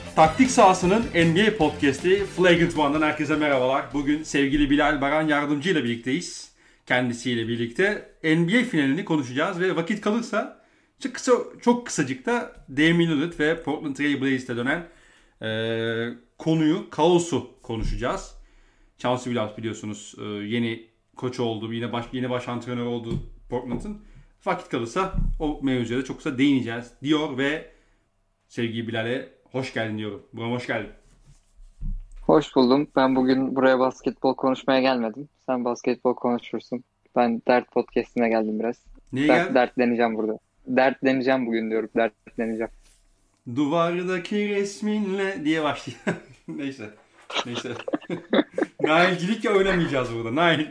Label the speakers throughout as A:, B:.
A: Taktik sahasının NBA podcast'i Flagrant One'dan herkese merhabalar. Bugün sevgili Bilal Baran Yardımcı ile birlikteyiz. Kendisiyle birlikte NBA finalini konuşacağız ve vakit kalırsa çok kısacık da Damian Lillard ve Portland Trail Blazers'te dönen konuyu, kaosu konuşacağız. Chauncey Billups biliyorsunuz yeni koç oldu, yine baş antrenör oldu Portland'ın. Vakit kalırsa o mevzuya da çok kısa değineceğiz diyor ve sevgili Bilal'e hoş geldin diyorum. Buram hoş geldin.
B: Hoş buldum. Ben bugün buraya basketbol konuşmaya gelmedim. Sen basketbol konuşursun. Ben dert podcast'ine geldim biraz.
A: Niye geldin?
B: Dertleneceğim burada. Dertleneceğim bugün diyorum. Dertleneceğim.
A: Duvardaki resminle diye başlıyor. Neyse. Nailcilik oynamayacağız burada. Nail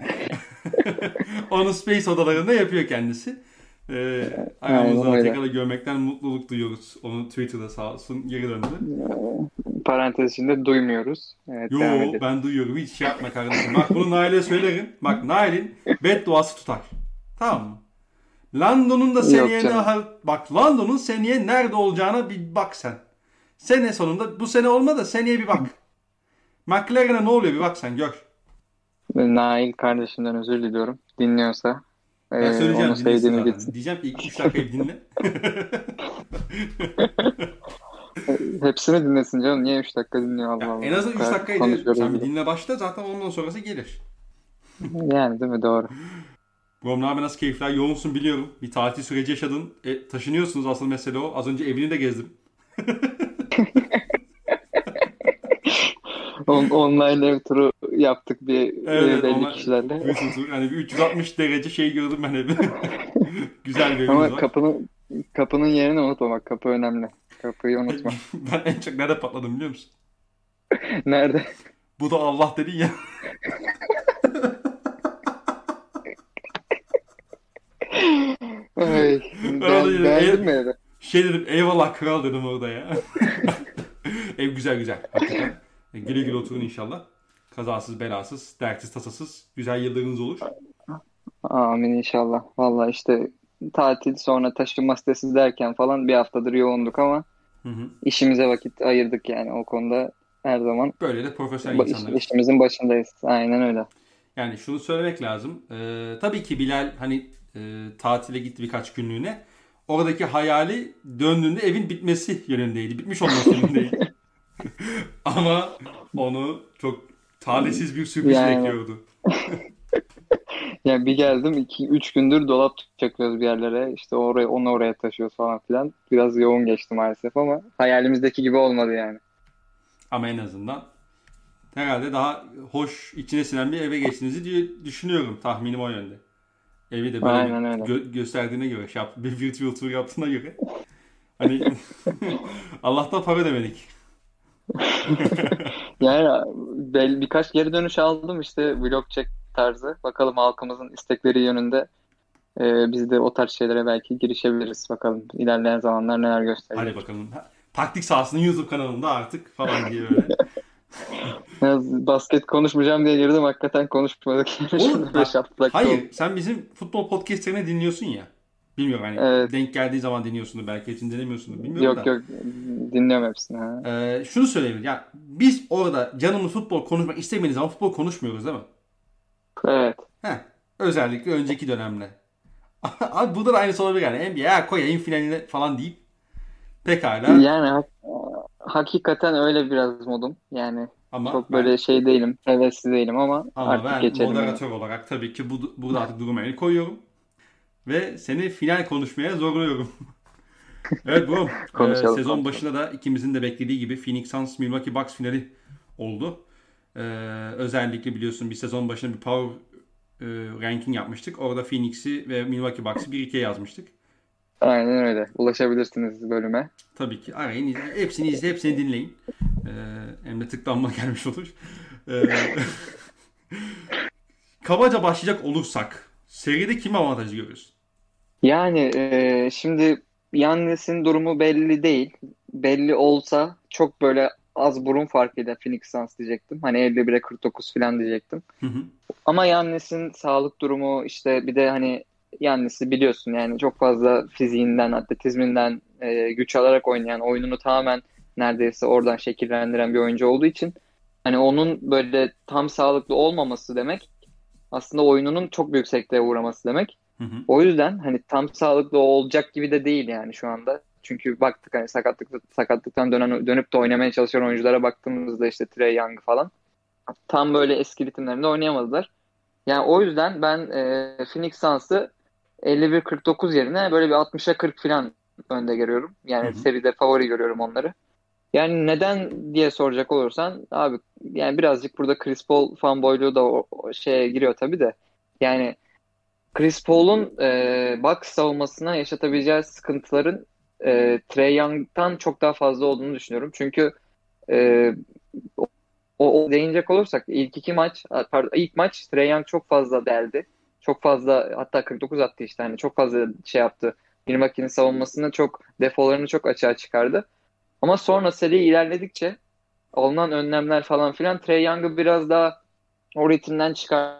A: onu Space odalarında yapıyor kendisi. Aramızda tekrar görmekten mutluluk duyuyoruz. Onu Twitter'da sağ olsun geri döndü.
B: Parantez içinde duymuyoruz. Evet,
A: yo ben duyuyorum. Hiç şey yapma kardeşim. Bak bunu Nail'e söylerim. Bak Nail'in bedduası tutar. Tamam mı? London'un da seneye London'un seneye nerede olacağına bir bak sen. Sene sonunda bu sene olma da seneye bir bak. McLaren'e ne oluyor bir bak sen gör.
B: Nail kardeşimden özür diliyorum. Dinliyorsa.
A: Ben söyleyeceğim,
B: onu sevdiğini gitsin.
A: Diyeceğim ki ilk 3 dakikayı dinle.
B: Hepsini dinlesin canım. Niye 3 dakika dinliyor Allah Allah.
A: En azından 3 dakikayı sen bir dinle başla zaten ondan sonrası gelir.
B: Yani değil mi? Doğru.
A: Brom abi nasıl keyifler? Yoğunsun biliyorum. Bir tatil süreci yaşadın. Taşınıyorsunuz asıl mesele o. Az önce evini de gezdim.
B: Online ev turu yaptık belli kişilerle.
A: Hani bir 360 derece şey gördüm ben evi. Güzel bir evimiz
B: Ama
A: var.
B: kapının yerini unutma. Kapı önemli. Kapıyı unutma.
A: Ben en çok nerede patladım biliyor musun?
B: Nerede?
A: Bu da Allah dedin ya.
B: Ay, beğendin mi evi?
A: Dedim eyvallah kral dedim orada ya. Ev güzel. Hakikaten. Güle güle oturun inşallah. Kazasız belasız, dertsiz tasasız. Güzel yıllarınız olur.
B: Amin inşallah. Vallahi işte tatil sonra taşınma sitesi derken falan bir haftadır yoğunduk ama işimize vakit ayırdık yani o konuda her zaman.
A: Böyle de profesyonel insanlarız.
B: İşimizin başındayız. Aynen öyle.
A: Yani şunu söylemek lazım. Tabii ki Bilal hani tatile gitti birkaç günlüğüne. Oradaki hayali döndüğünde evin bitmesi yönündeydi. Bitmiş olması yönündeydi. Ama onu çok talihsiz bir sürpriz bekliyordu.
B: Yani bir geldim 2-3 gündür dolap çakıyoruz bir yerlere. İşte onu oraya taşıyoruz falan filan. Biraz yoğun geçti maalesef ama hayalimizdeki gibi olmadı yani.
A: Ama en azından herhalde daha hoş, içine sinen bir eve geçtiğinizi diye düşünüyorum. Tahminim o yönde. Evi de böyle gösterdiğine göre, bir virtual tour yaptığına göre. Hani Allah'tan para demedik.
B: Yani birkaç geri dönüş aldım işte vlog check tarzı. Bakalım halkımızın istekleri yönünde biz de o tarz şeylere belki girişebiliriz. Bakalım ilerleyen zamanlar neler gösterecek.
A: Hadi bakalım. Taktik sahasının YouTube kanalında artık falan diye böyle.
B: Basket konuşmayacağım diye girdim. Hakikaten konuşmadık.
A: Hayır. Sen bizim futbol podcastlerini dinliyorsun ya. Bilmiyorum hani evet. Denk geldiği zaman dinliyorsundur. Belki hepsini dinlemiyorsundur. Bilmiyorum
B: yok dinliyorum hepsini.
A: Şunu söyleyeyim. Ya, biz orada canımız futbol konuşmak istemediğimiz zaman futbol konuşmuyoruz değil mi?
B: Evet.
A: Özellikle önceki dönemle. Abi burada da aynısı olabilir yani. NBA koyayım finaline falan deyip pekala.
B: Yani hakikaten öyle biraz modum. Yani
A: ama
B: çok böyle şey değilim. Hevesli değilim ama artık
A: ben
B: geçelim.
A: Moderatör olarak tabii ki burada artık duruma el koyuyorum. Ve seni final konuşmaya zorluyorum. Evet bro. Sezon başında da ikimizin de beklediği gibi Phoenix Suns Milwaukee Bucks finali oldu. Özellikle biliyorsun bir sezon başında bir power ranking yapmıştık. Orada Phoenix'i ve Milwaukee Bucks'ı 1-2'ye yazmıştık.
B: Aynen öyle. Ulaşabilirsiniz bölüme.
A: Tabii ki. Arayın. Hepsini izle, hepsini dinleyin. Hem de tıklanma gelmiş olur. Kabaca başlayacak olursak seride kime avantajı görüyorsun?
B: Yani şimdi Giannis'in durumu belli değil. Belli olsa çok böyle az burun farkıyla Phoenix Suns diyecektim. Hani 51'e 49 falan diyecektim.
A: Hı.
B: Ama Giannis'in sağlık durumu işte bir de hani Giannis'i biliyorsun yani çok fazla fiziğinden, atletizminden güç alarak oynayan, oyununu tamamen neredeyse oradan şekillendiren bir oyuncu olduğu için hani onun böyle tam sağlıklı olmaması demek aslında oyununun çok büyük sekteye uğraması demek.
A: Hı hı.
B: O yüzden hani tam sağlıklı olacak gibi de değil yani şu anda. Çünkü baktık hani sakatlıktan dönüp de oynamaya çalışan oyunculara baktığımızda işte Trae Young falan tam böyle eski ritimlerinde oynayamadılar. Yani o yüzden ben Phoenix Suns'ı 51-49 yerine böyle bir 60'a 40 falan önde görüyorum.
A: Hı
B: Yani
A: hı.
B: seride favori görüyorum onları. Yani neden diye soracak olursan abi yani birazcık burada Chris Paul fanboyluğu da o şeye giriyor tabii de. Yani Chris Paul'un Bucks savunmasına yaşatabileceği sıkıntıların Trae Young'tan çok daha fazla olduğunu düşünüyorum. Çünkü e, o değinecek olursak ilk maç Trae Young çok fazla deldi. Çok fazla hatta 49 attı işte hani çok fazla şey yaptı. Milwaukee'nin savunmasını çok defolarını çok açığa çıkardı. Ama sonra seri ilerledikçe alınan önlemler falan filan Trae Young'ı biraz daha o ritimden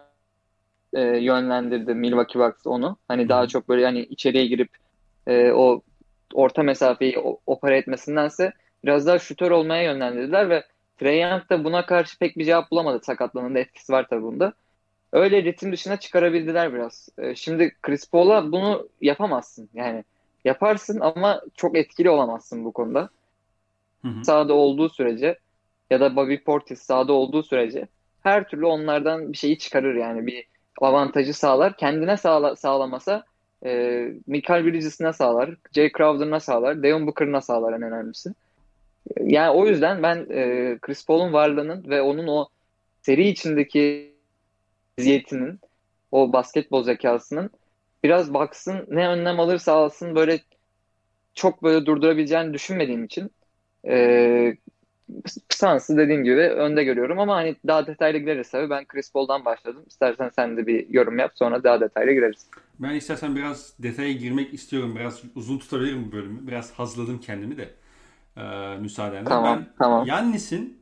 B: yönlendirdi Milwaukee Bucks onu. Hani
A: Hı
B: daha
A: hı.
B: çok böyle hani içeriye girip o orta mesafeyi opera etmesindense biraz daha şutör olmaya yönlendirdiler ve Trae Young da buna karşı pek bir cevap bulamadı. Sakatlığının da etkisi var tabii bunda. Öyle ritim dışına çıkarabildiler biraz. Şimdi Chris Paul'a bunu yapamazsın. Yani yaparsın ama çok etkili olamazsın bu konuda.
A: Hı hı.
B: Sahada olduğu sürece ya da Bobby Portis sahada olduğu sürece her türlü onlardan bir şeyi çıkarır yani bir avantajı sağlar. Kendine sağlamasa Mikal Bridges'ine sağlar, Jay Crowder'ına sağlar, Devin Booker'ına sağlar en önemlisi. Yani o yüzden ben Chris Paul'un varlığının ve onun o seri içindeki ziyetinin, o basketbol zekasının biraz baksın ne önlem alırsa alsın böyle çok böyle durdurabileceğini düşünmediğim için e, Suns'ı dediğim gibi önde görüyorum ama hani daha detaylı gireriz tabii. Ben Chris Paul'dan başladım. İstersen sen de bir yorum yap sonra daha detaylı gireriz.
A: Ben istersen biraz detaya girmek istiyorum. Biraz uzun tutabilirim bu bölümü. Biraz hazırladım kendimi de. Müsaadenle.
B: Tamam,
A: Ben
B: tamam.
A: Yannis'in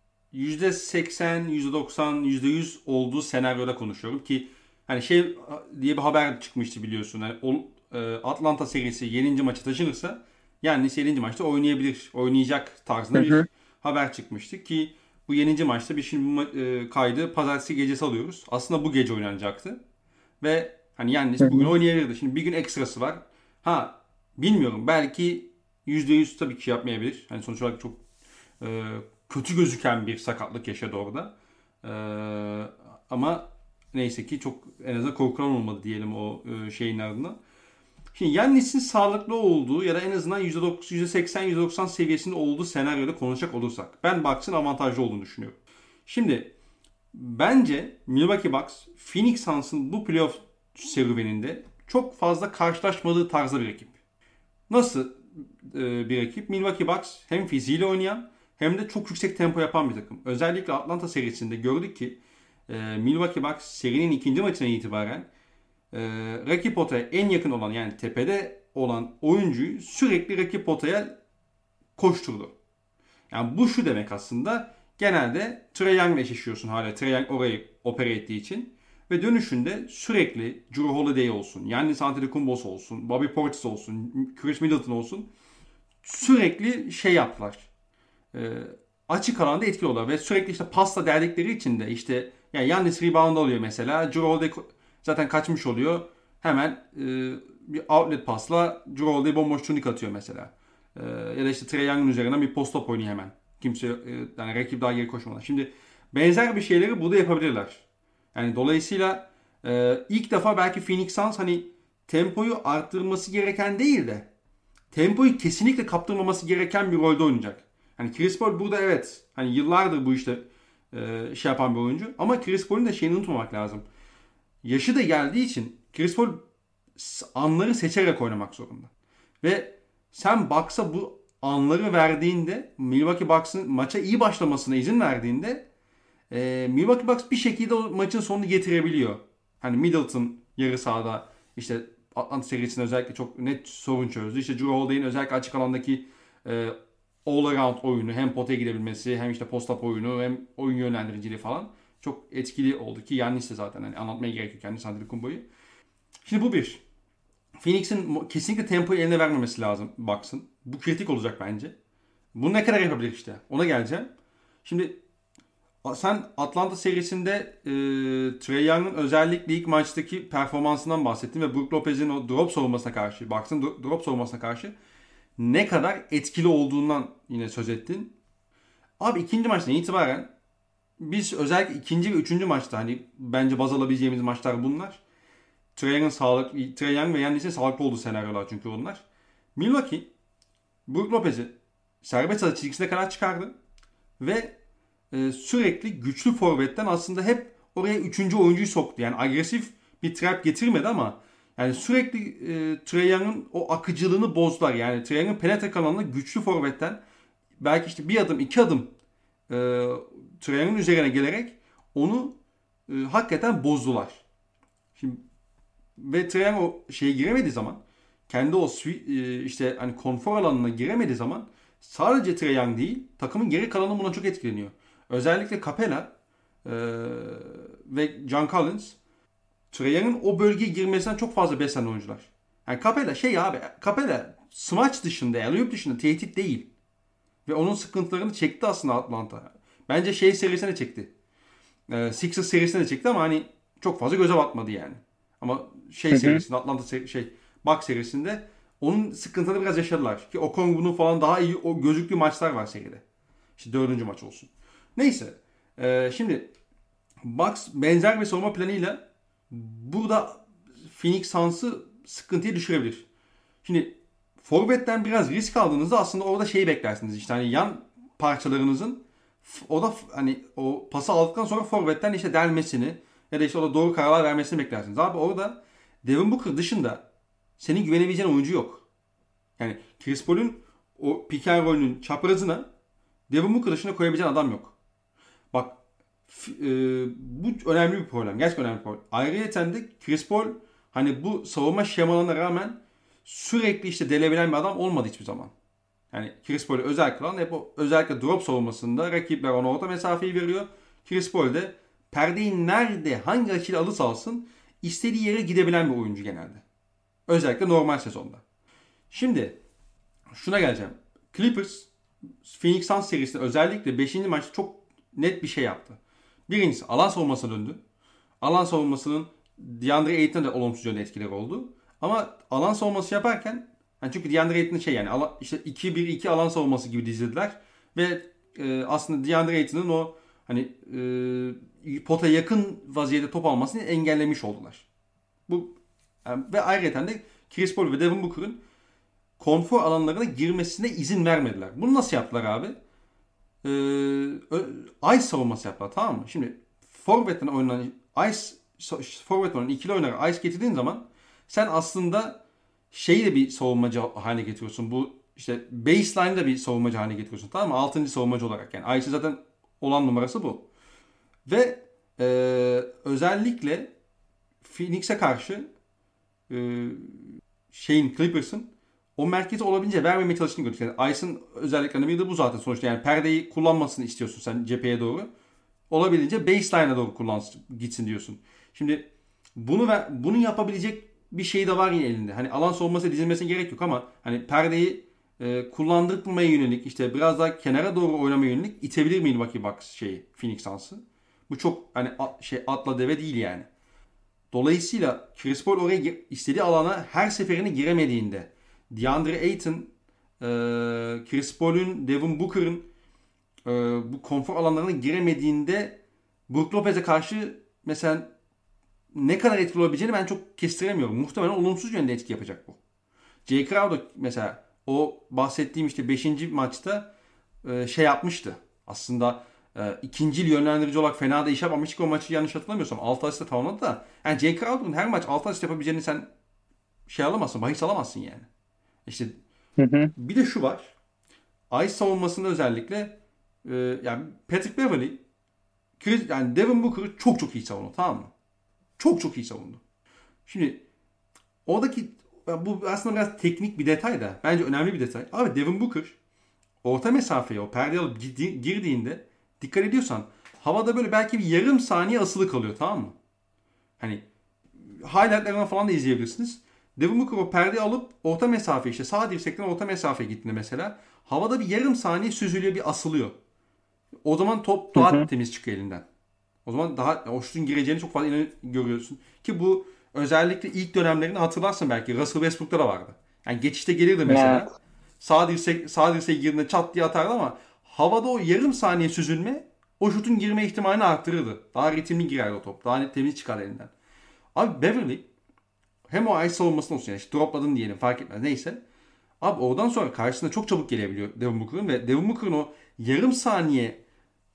A: %80, %90, %100 olduğu senaryoda konuşuyorum ki hani şey diye bir haber çıkmıştı biliyorsun. Yani Atlanta serisi 7. maça taşınırsa Yannis 7. maçta oynayacak
B: Hı
A: tarzında
B: hı,
A: bir haber çıkmıştı ki bu 7. maçta biz şimdi bu kaydı pazartesi gecesi alıyoruz. Aslında bu gece oynanacaktı. Ve hani
B: hı
A: Yannis bugün
B: hı,
A: oynayabilirdi. Şimdi bir gün ekstrası var. Ha bilmiyorum belki %100 tabii ki yapmayabilir. Hani sonuç olarak çok e, kötü gözüken bir sakatlık yaşadı orada. E, ama neyse ki çok en azından korkulan olmadı diyelim o şeyin ardından. Şimdi Yannis'in sağlıklı olduğu ya da en azından %80, %90 seviyesinde olduğu senaryoda konuşacak olursak ben Bucks'ın avantajlı olduğunu düşünüyorum. Şimdi bence Milwaukee Bucks Phoenix Suns'ın bu playoff serüveninde çok fazla karşılaşmadığı tarzda bir ekip. Nasıl bir ekip? Milwaukee Bucks hem fiziğiyle oynayan hem de çok yüksek tempo yapan bir takım. Özellikle Atlanta serisinde gördük ki Milwaukee Bucks serinin ikinci maçına itibaren rakip potaya en yakın olan yani tepede olan oyuncuyu sürekli rakip potaya koşturdu. Yani bu şu demek aslında. Genelde Trae Young'la eşleşiyorsun hala. Trae Young orayı opere ettiği için. Ve dönüşünde sürekli Jrue Holiday olsun, Giannis Antetokounmpo olsun, Bobby Portis olsun, Chris Middleton olsun sürekli şey yaptılar. Ee, açık alanda etkili oluyorlar ve sürekli işte pasta derdikleri için de işte yani Giannis rebound alıyor mesela. Jrue Holiday zaten kaçmış oluyor. Hemen bir outlet pasla Jrue Holiday bomboş turnike atıyor mesela. Ya da işte Trae Young'un üzerinden bir post-up oynuyor hemen. Kimse yani rakip daha geri koşmadan. Şimdi benzer bir şeyleri burada yapabilirler. Yani dolayısıyla ilk defa belki Phoenix Suns hani tempoyu arttırması gereken değil de tempoyu kesinlikle kaptırmaması gereken bir rolde oynayacak. Hani Chris Paul burada evet hani yıllardır bu işte şey yapan bir oyuncu ama Chris Paul'un da şeyini unutmamak lazım. Yaşı da geldiği için Chris Paul anları seçerek oynamak zorunda. Ve sen Bucks'a bu anları verdiğinde Milwaukee Bucks'ın maça iyi başlamasına izin verdiğinde Milwaukee Bucks bir şekilde o maçın sonunu getirebiliyor. Hani Middleton yarı sahada işte Atlanta serisinde özellikle çok net sorun çözdü. İşte Jrue Holiday'in özellikle açık alandaki e, all around oyunu hem potaya gidebilmesi hem işte post up oyunu hem oyun yönlendiriciliği falan çok etkili oldu ki Yannis de zaten hani anlatmaya gerek yok kendisi Antetokounmpo'yu. Şimdi bu bir. Phoenix'in kesinlikle tempoyu eline vermemesi lazım Bucks'ın. Bu kritik olacak bence. Bunu ne kadar yapabilir işte. Ona geleceğim. Şimdi sen Atlanta serisinde Trae Young'ın özellikle ilk maçtaki performansından bahsettin ve Brook Lopez'in o drop savunmasına karşı, Bucks'ın drop savunmasına karşı ne kadar etkili olduğundan yine söz ettin. Abi ikinci maçtan itibaren biz özellikle ikinci ve üçüncü maçta hani bence baz alabileceğimiz maçlar bunlar. Trae Young ve Yannis'in sağlıklı olduğu senaryolar çünkü onlar. Milwaukee Brook Lopez'i serbest atış çizgisine kadar çıkardı ve sürekli güçlü forvetten aslında hep oraya üçüncü oyuncuyu soktu. Yani agresif bir trap getirmedi ama yani sürekli Trae Young'ın o akıcılığını bozdular. Yani Trae Young'ın penetre kanalında güçlü forvetten belki işte bir adım iki adım Trae Young'ın üzerine gelerek onu hakikaten bozdular. Şimdi ve Trae Young o şeye giremediği zaman kendi o işte hani konfor alanına giremediği zaman sadece Trae Young değil takımın geri kalanı buna çok etkileniyor. Özellikle Capela ve John Collins Trae Young'ın o bölgeye girmesinden çok fazla beslenen oyuncular. Yani Capela smaç dışında, alley-oop dışında tehdit değil. Ve onun sıkıntılarını çekti aslında Atlanta. Bence serisine çekti. Sixers serisine de çekti ama hani çok fazla göze batmadı yani. Ama serisinde Bucks serisinde onun sıkıntıları biraz yaşadılar. Ki Okongwu'nun falan daha iyi o gözüklü maçlar var seride. İşte dördüncü maç olsun. Neyse. Şimdi Bucks benzer bir savunma planıyla burada Phoenix Suns'ı sıkıntıya düşürebilir. Şimdi forvetten biraz risk aldığınızda aslında orada şeyi beklersiniz. İşte hani yan parçalarınızın o da hani o pası aldıktan sonra forvetten işte delmesini ya da işte o da doğru kararlar vermesini beklersiniz. Abi orada Devin Booker dışında senin güvenebileceğin oyuncu yok. Yani Chris Paul'un o pick and roll'ün çaprazına Devin Booker dışında koyabileceğin adam yok. Bak bu önemli bir problem. Gerçekten önemli bir problem. Ayrıca de Chris Paul hani bu savunma şemalarına rağmen sürekli işte delebilen bir adam olmadı hiçbir zaman. Yani Chris Paul'ü özel kılan hep o özellikle drop savunmasında rakipler ona orta mesafeyi veriyor. Chris Paul de perdeyi nerede hangi açıyla alırsa alsın istediği yere gidebilen bir oyuncu genelde. Özellikle normal sezonda. Şimdi şuna geleceğim. Clippers Phoenix Suns serisinde özellikle 5. maçta çok net bir şey yaptı. Birincisi alan savunmasına döndü. Alan savunmasının DeAndre Ayton'a da olumsuz yönde etkileri oldu. Ama alan savunması yaparken yani çünkü DeAndre Ayton'ın yani işte 2-1-2 alan savunması gibi dizildiler. Ve aslında DeAndre Ayton'ın o hani potaya yakın vaziyette top almasını engellemiş oldular. Bu ve ayrıca de Chris Paul ve Devin Booker'ın konfor alanlarına girmesine izin vermediler. Bunu nasıl yaptılar abi? Ice savunması yaptılar, tamam mı? Şimdi forvetten oynanan ikili oyunlara ice getirdiğin zaman sen aslında şeyi de bir savunmacı haline getiriyorsun. Bu işte baseline'da bir savunmacı haline getiriyorsun, tamam mı? 6. savunmacı olarak yani ice'ı zaten olan numarası bu. Ve özellikle Phoenix'e karşı Clippers'ın o merkezi olabildiğince vermemeye çalıştığını gördük. Yani Ice'ın özelliklerinden biri de bu zaten sonuçta. Yani perdeyi kullanmasını istiyorsun sen cepheye doğru. Olabildiğince baseline'a doğru gitsin diyorsun. Şimdi bunu yapabilecek bir şey de var yine elinde. Hani alan savunması dizilmesine gerek yok ama hani perdeyi kullandırmaya yönelik işte biraz daha kenara doğru oynamaya yönelik itebilir Milwaukee Bucks Phoenix Suns'ı. Bu çok hani atla deve değil yani. Dolayısıyla Chris Paul oraya istediği alana her seferinde giremediğinde DeAndre Ayton, Chris Paul'un, Devin Booker'ın bu konfor alanlarına giremediğinde Brook Lopez'e karşı mesela ne kadar etkili olabileceğini ben çok kestiremiyorum. Muhtemelen olumsuz yönde etki yapacak bu. Jay Crowder mesela o bahsettiğim işte 5. maçta yapmıştı. Aslında ikinci yönlendirici olarak fena da iş yapmamıştık o maçı, yanlış hatırlamıyorsam. 6 asiste tamamladı da. Yani Jay Crowder'ın her maç 6 asist yapabileceğini sen alamazsın, bahis alamazsın yani. İşte bir de şu var. Ice savunmasında özellikle yani Patrick Beverley yani Devin Booker'ı çok çok iyi savundu, tamam mı? Çok çok iyi savundu. Şimdi oradaki bu aslında biraz teknik bir detay da bence önemli bir detay. Abi Devin Booker orta mesafeye o perdeyi alıp girdiğinde dikkat ediyorsan havada böyle belki bir yarım saniye asılı kalıyor, tamam mı? Hani highlightlarından falan da izleyebilirsiniz. Devin Booker o perdeyi alıp orta mesafe işte sağ dirsekten orta mesafe gittiğinde mesela havada bir yarım saniye süzülüyor, bir asılıyor. O zaman top
B: Hı
A: daha
B: hı.
A: temiz çıkıyor elinden. O zaman daha o şutun gireceğini çok fazla görüyorsun. Ki bu özellikle ilk dönemlerini hatırlarsın belki. Russell Westbrook'ta da vardı. Yani geçişte gelirdi
B: Evet.
A: mesela. Sağ dirsek girdiğinde çat diye atardı ama havada o yarım saniye süzülme o şutun girme ihtimalini arttırırdı. Daha ritimli girerdi o top. Daha net temiz çıkar elinden. Abi Beverly hem o ice savunmasını olsun yani işte dropladın diyelim fark etmez neyse. Abi oradan sonra karşısına çok çabuk gelebiliyor Devin Booker'ın ve Devin Booker'ın o yarım saniye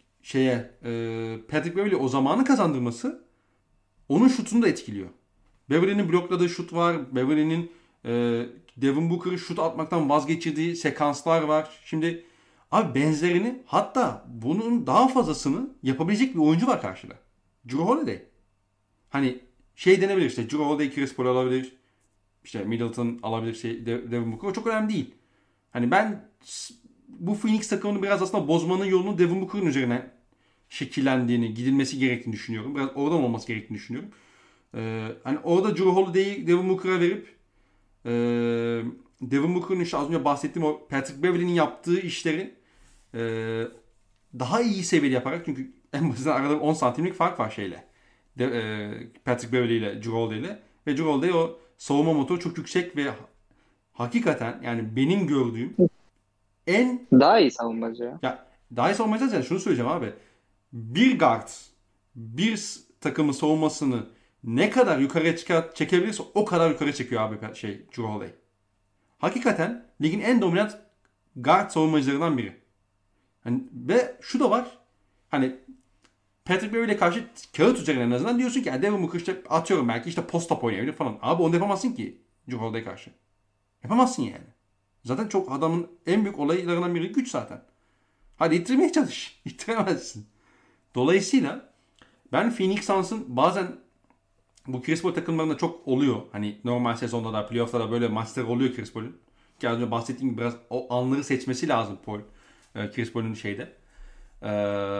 A: Patrick Beverley o zamanı kazandırması onun şutunu da etkiliyor. Beverley'nin blokladığı şut var. Beverley'nin e, Devin Booker'ı şut atmaktan vazgeçirdiği sekanslar var. Şimdi abi benzerini hatta bunun daha fazlasını yapabilecek bir oyuncu var karşıda. Jrue Holiday. Hani şey denebilir işte Jrue Holiday Chris Paul alabilir. İşte Middleton alabilir Devin Booker. O çok önemli değil. Hani ben bu Phoenix takımını biraz aslında bozmanın yolunu Devin Booker'ın üzerine şekillendiğini, gidilmesi gerektiğini düşünüyorum. Biraz oradan olması gerektiğini düşünüyorum. Hani orada Jrue Holiday'i Devin Booker'a verip e, Devin Booker'ın işte az önce bahsettiğim o Patrick Beverley'nin yaptığı işleri e, daha iyi seviyede yaparak çünkü en basitinden arada 10 santimlik fark var şeyle. Patrick Beverley ile Jrue Holiday ile ve Jrue Holiday o savunma motoru çok yüksek ve hakikaten yani benim gördüğüm en
B: Daha iyi savunmacı ya.
A: ya daha iyi savunmacı yani şunu söyleyeceğim abi. Bir guard bir takımın savunmasını ne kadar yukarıya çekebilirse o kadar yukarı çekiyor abi Jrue Holiday. Hakikaten ligin en dominant guard savunmacılarından biri. Hani, ve şu da var. Hani Patrick Beverley'e karşı kağıt üzerine en azından diyorsun ki yani Devin Booker işte atıyorum belki işte post-up oynayabilir falan. Abi onu yapamazsın ki Jrue Holiday'e karşı. Yapamazsın yani. Zaten çok adamın en büyük olaylarından biri güç zaten. Hadi ittirmeye çalış. İttiremezsin. Dolayısıyla ben Phoenix Suns'ın bazen bu Chris Paul takımlarında çok oluyor. Hani normal sezonda da playoff'ta da böyle maçlar oluyor Chris Paul'un. Ki az önce bahsettiğim gibi biraz o anları seçmesi lazım Chris Paul'un şeyde. Ee,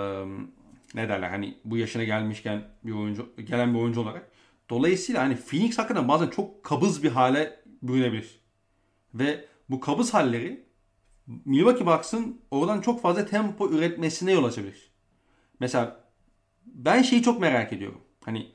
A: ne derler hani bu yaşına gelmişken gelen bir oyuncu olarak. Dolayısıyla hani Phoenix hakikaten bazen çok kabız bir hale bürünebilir. Ve bu kabız halleri Milwaukee Bucks'ın oradan çok fazla tempo üretmesine yol açabilir. Mesela ben şeyi çok merak ediyorum. Hani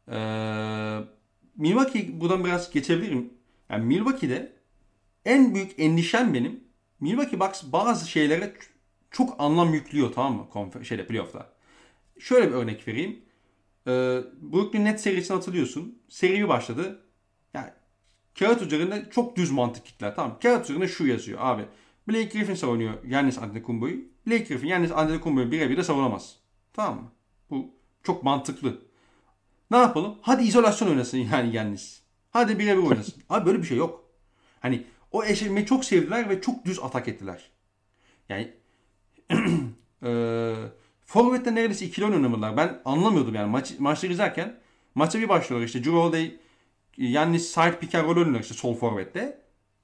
A: Milwaukee buradan biraz geçebilirim. Yani Milwaukee'de en büyük endişem benim. Milwaukee Bucks bazı şeylere çok anlam yüklüyor tamam mı? Playoff'ta. Şöyle bir örnek vereyim. Brooklyn Nets serisini hatırlıyorsun. Seri bir başladı. Yani kağıt üzerinde çok düz mantık gittiler. Tamam. Kağıt üzerinde şu yazıyor abi. Blake Griffin savunuyor Giannis Antetokounmpo'yu. Blake Griffin Giannis Antetokounmpo'yu birebir de savunamaz. Tamam mı? Bu çok mantıklı. Ne yapalım? Hadi izolasyon oynasın yani Giannis. Hadi birebir oynasın. Abi böyle bir şey yok. Hani o eşleşmeyi çok sevdiler ve çok düz atak ettiler. Yani forvetle neredeyse ikili oynamadılar. Ben anlamıyordum yani maçları izlerken. Maça bir başlıyorlar işte Jrue Holiday Giannis side pick and roll oynuyor işte sol forvette.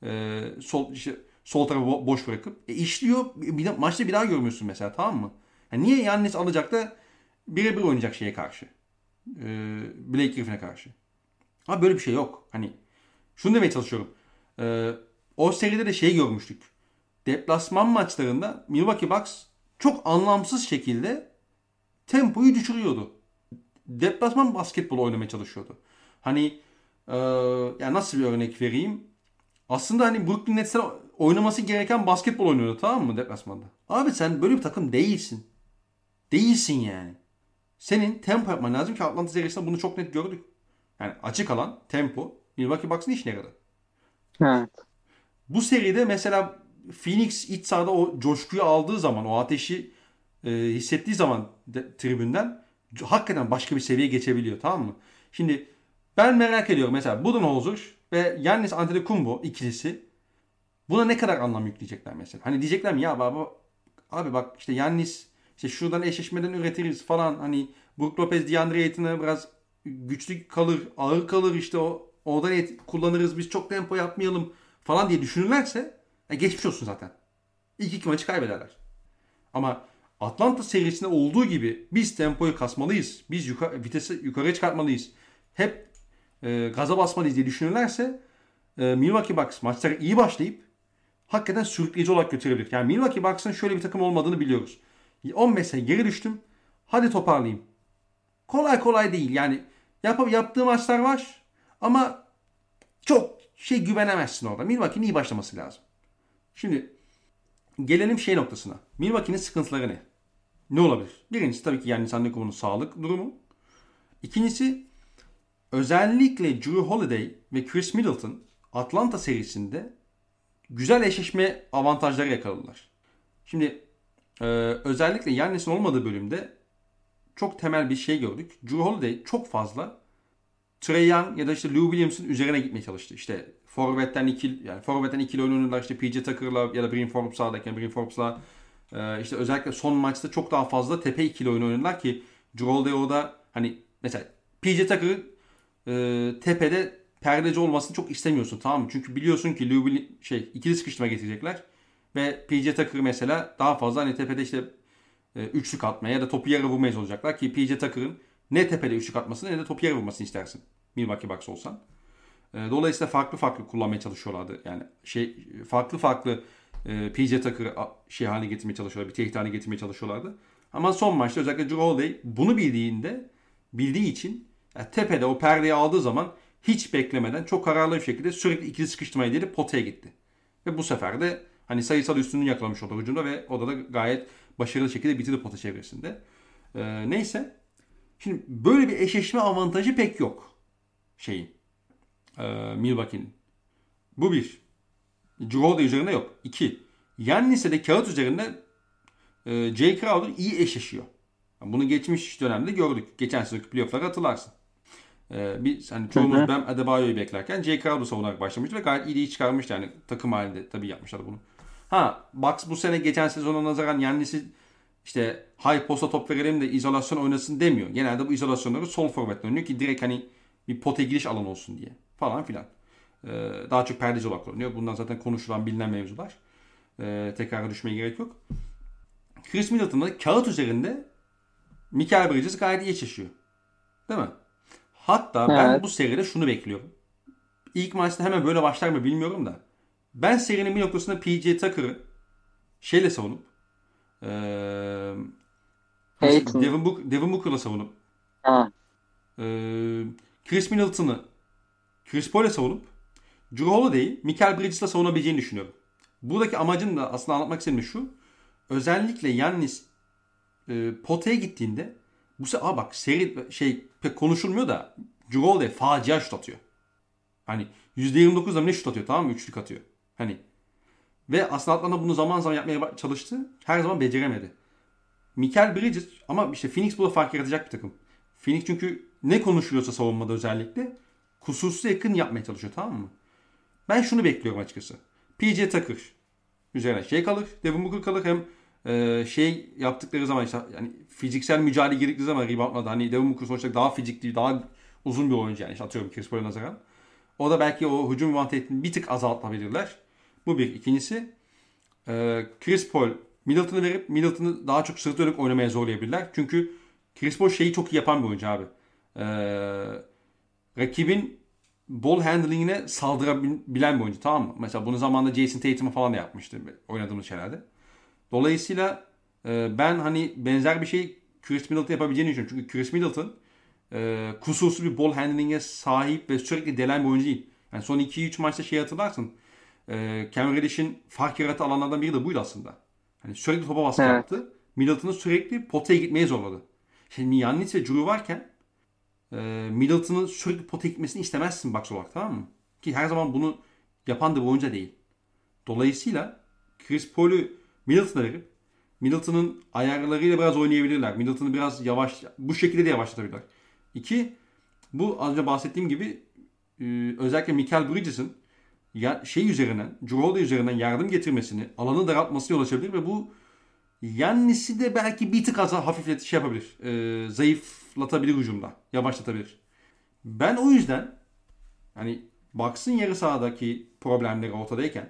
A: Sol tarafı boş bırakıp. İşliyor. Maçta bir daha görmüyorsun mesela tamam mı? Yani niye Giannis alacak da birebir oynayacak şeye karşı? Blake Griffin'e karşı. Ama böyle bir şey yok. Hani şunu demeye çalışıyorum. O seride de şey görmüştük. Deplasman maçlarında Milwaukee Bucks çok anlamsız şekilde tempoyu düşürüyordu. Deplasman basketbol oynamaya çalışıyordu. Hani yani nasıl bir örnek vereyim? Aslında hani Brooklyn Nets'ler oynaması gereken basketbol oynuyordu tamam mı deplasmanda? Abi sen böyle bir takım değilsin. Değilsin yani. Senin tempo yapman lazım ki Atlanta serisinde bunu çok net gördük. Yani açık alan, tempo. Milwaukee Bucks'ın işine yaradı.
B: Evet.
A: Bu seride mesela Phoenix iç sahada o coşkuyu aldığı zaman, o ateşi hissettiği zaman tribünden hakikaten başka bir seviyeye geçebiliyor tamam mı? Şimdi ben merak ediyorum mesela Budenholzer ve Giannis Antetokounmpo ikilisi buna ne kadar anlam yükleyecekler mesela? Hani diyecekler mi ya abi bak işte Giannis işte şuradan eşleşmeden üretiriz falan hani Brook Lopez, DeAndre Ayton'a biraz güçlü kalır, ağır kalır işte oradan kullanırız biz çok tempo yapmayalım falan diye düşünürlerse geçmiş olsun zaten. İlk iki maçı kaybederler. Ama Atlanta serisinde olduğu gibi biz tempoyu kasmalıyız. Biz vitesi yukarıya çıkartmalıyız. Hep gaza basmalıyız diye düşünürlerse Milwaukee Bucks maçlara iyi başlayıp hakikaten sürükleyici olarak götürebilir. Yani Milwaukee Bucks'ın şöyle bir takım olmadığını biliyoruz. 15 sayı geri düştüm. Hadi toparlayayım. Kolay kolay değil. Yani yaptığı maçlar var ama çok güvenemezsin orada. Milwaukee'nin iyi başlaması lazım. Şimdi gelelim noktasına. Milwaukee'nin sıkıntıları ne? Ne olabilir? Birincisi tabii ki Giannis Antetokounmpo'nun sağlık durumu. İkincisi özellikle Jrue Holiday ve Chris Middleton Atlanta serisinde güzel eşleşme avantajları yakaladılar. Şimdi özellikle Giannis'in olmadığı bölümde çok temel bir şey gördük. Jrue Holiday çok fazla Trae Young ya da Lou Williams'ın üzerine gitmeye çalıştı. İşte forvetten ikili oynuyorlar. İşte PJ Tucker'la ya da Bryn Forbes sağdayken Bryn Forbes'la işte özellikle son maçta çok daha fazla tepe ikili oynuyorlar ki Jrue Holiday orada hani mesela PJ Tucker'ı tepede perdeci olmasını çok istemiyorsun, tamam mı? Çünkü biliyorsun ki Lou ikili sıkıştırma getirecekler ve PJ Tucker mesela daha fazla hani tepede işte üçlük atmaya ya da topu yere vurmaya çalışacaklar ki PJ Tucker'ın ne tepede üçlük atmasını ne de topu yere vurmasını istersin. Milwaukee Bucks olsan. Dolayısıyla farklı kullanmaya çalışıyorlardı. Yani farklı PJ Tucker'ı haline getirmeye çalışıyorlardı. Bir tehdit haline getirmeye çalışıyorlardı. Ama son maçta özellikle Jrue Holiday bunu bildiği için yani tepede o perdeyi aldığı zaman hiç beklemeden çok kararlı bir şekilde sürekli ikili sıkıştırmayı delip potaya gitti. Ve bu sefer de hani sayısal üstünlüğü yakalamış oldu hücumda ve o da gayet başarılı şekilde bitirdi pota çevresinde. Neyse. Şimdi böyle bir eşleşme avantajı pek yok Milwaukee'nin. Bu bir. Jrue Holiday üzerinde yok. İki. Giannis'e de kağıt üzerinde Jay Crowder iyi eşleşiyor. Bunu geçmiş dönemde gördük. Geçen sezonki playoff'ları hatırlarsın. Biz hani çoğumuz Bam Adebayo'yu beklerken Jay Crowder savunarak başlamıştı ve gayet iyi çıkarmıştı. Yani takım halinde tabii yapmışlar bunu. Bucks bu sene geçen sezona nazaran Giannis'i işte high posta top verelim de izolasyon oynasın demiyor. Genelde bu izolasyonları sol forvetle oynuyor ki direkt hani bir pota giriş alan olsun diye falan filan. Daha çok perdeci olarak oynuyor. Bundan zaten konuşulan bilinen mevzular. Tekrar düşmeye gerek yok. Chris Middleton'da kağıt üzerinde Mikal Bridges gayet iyi eşleşiyor. Değil mi? Hatta ben bu seride şunu bekliyorum. İlk maçta hemen böyle başlar mı bilmiyorum da. Ben serinin bir noktasında PJ Tucker'ı savunup Devin Booker'la savunup Chris Middleton'ı Chris Paul'la savunup Jrue Holiday'i Mikal Bridges'la savunabileceğini düşünüyorum. Buradaki amacım da aslında anlatmak istediğim şu. Özellikle Giannis potaya gittiğinde bu sefer bak seri pek konuşulmuyor da Jrue Holiday facia şut atıyor. Hani %29'da ne şut atıyor, tamam mı? Üçlük atıyor. Hani ve aslında Atlanta bunu zaman zaman yapmaya çalıştı. Her zaman beceremedi. Mikal Bridges ama işte Phoenix burada fark yaratacak bir takım. Phoenix çünkü ne konuşuluyorsa savunmada özellikle kusursuz yakın yapmaya çalışıyor, tamam mı? Ben şunu bekliyorum açıkçası. PJ Tucker üzerine kalır. Devin Booker kalır. Hem yaptıkları zaman işte yani fiziksel mücadele girdikleri zaman reboundlarda hani Devin Booker sonuçta daha fizikli, daha uzun bir oyuncu yani. İşte atıyorum Chris Paul'a nazaran. O da belki o hücum avantajını bir tık azaltabilirler. Bu bir. İkincisi Chris Paul Middleton'ı verip Middleton'ı daha çok sırt dönük oynamaya zorlayabilirler. Çünkü Chris Paul çok iyi yapan bir oyuncu abi. Rakibin ball handling'ine saldırabilen bir oyuncu, tamam mı? Mesela bunu zamanında Jason Tatum'a falan da yapmıştı oynadığımız şeylerde. Dolayısıyla ben hani benzer bir şey Chris Middleton yapabileceğini düşünüyorum. Çünkü Chris Middleton kusursuz bir ball handling'e sahip ve sürekli delen bir oyuncu değil. Yani son 2-3 maçta hatırlarsın. Cam Reddish'in fark yarattığı alanlardan biri de buydu aslında. Hani sürekli topa baskı yaptı. Middleton'ı sürekli potaya gitmeye zorladı. Şimdi Giannis ve Jrue varken Middleton'ın sürekli potaya gitmesini istemezsin box olarak, tamam mı? Ki her zaman bunu yapan da bir oyuncu değil. Dolayısıyla Chris Paul'u Middleton'a verip Middleton'ın ayarlarıyla biraz oynayabilirler. Middleton'ı biraz bu şekilde de yavaşlatabilirler. İki, bu az önce bahsettiğim gibi özellikle Mikal Bridges'in Jrue Holiday üzerinden yardım getirmesini, alanı daraltmasına yol açabilir ve bu Giannis'i de belki bir tık yapabilir. Zayıflatabilir hücumda. Yavaşlatabilir. Ben o yüzden hani Bucks'ın yarı sahadaki problemleri ortadayken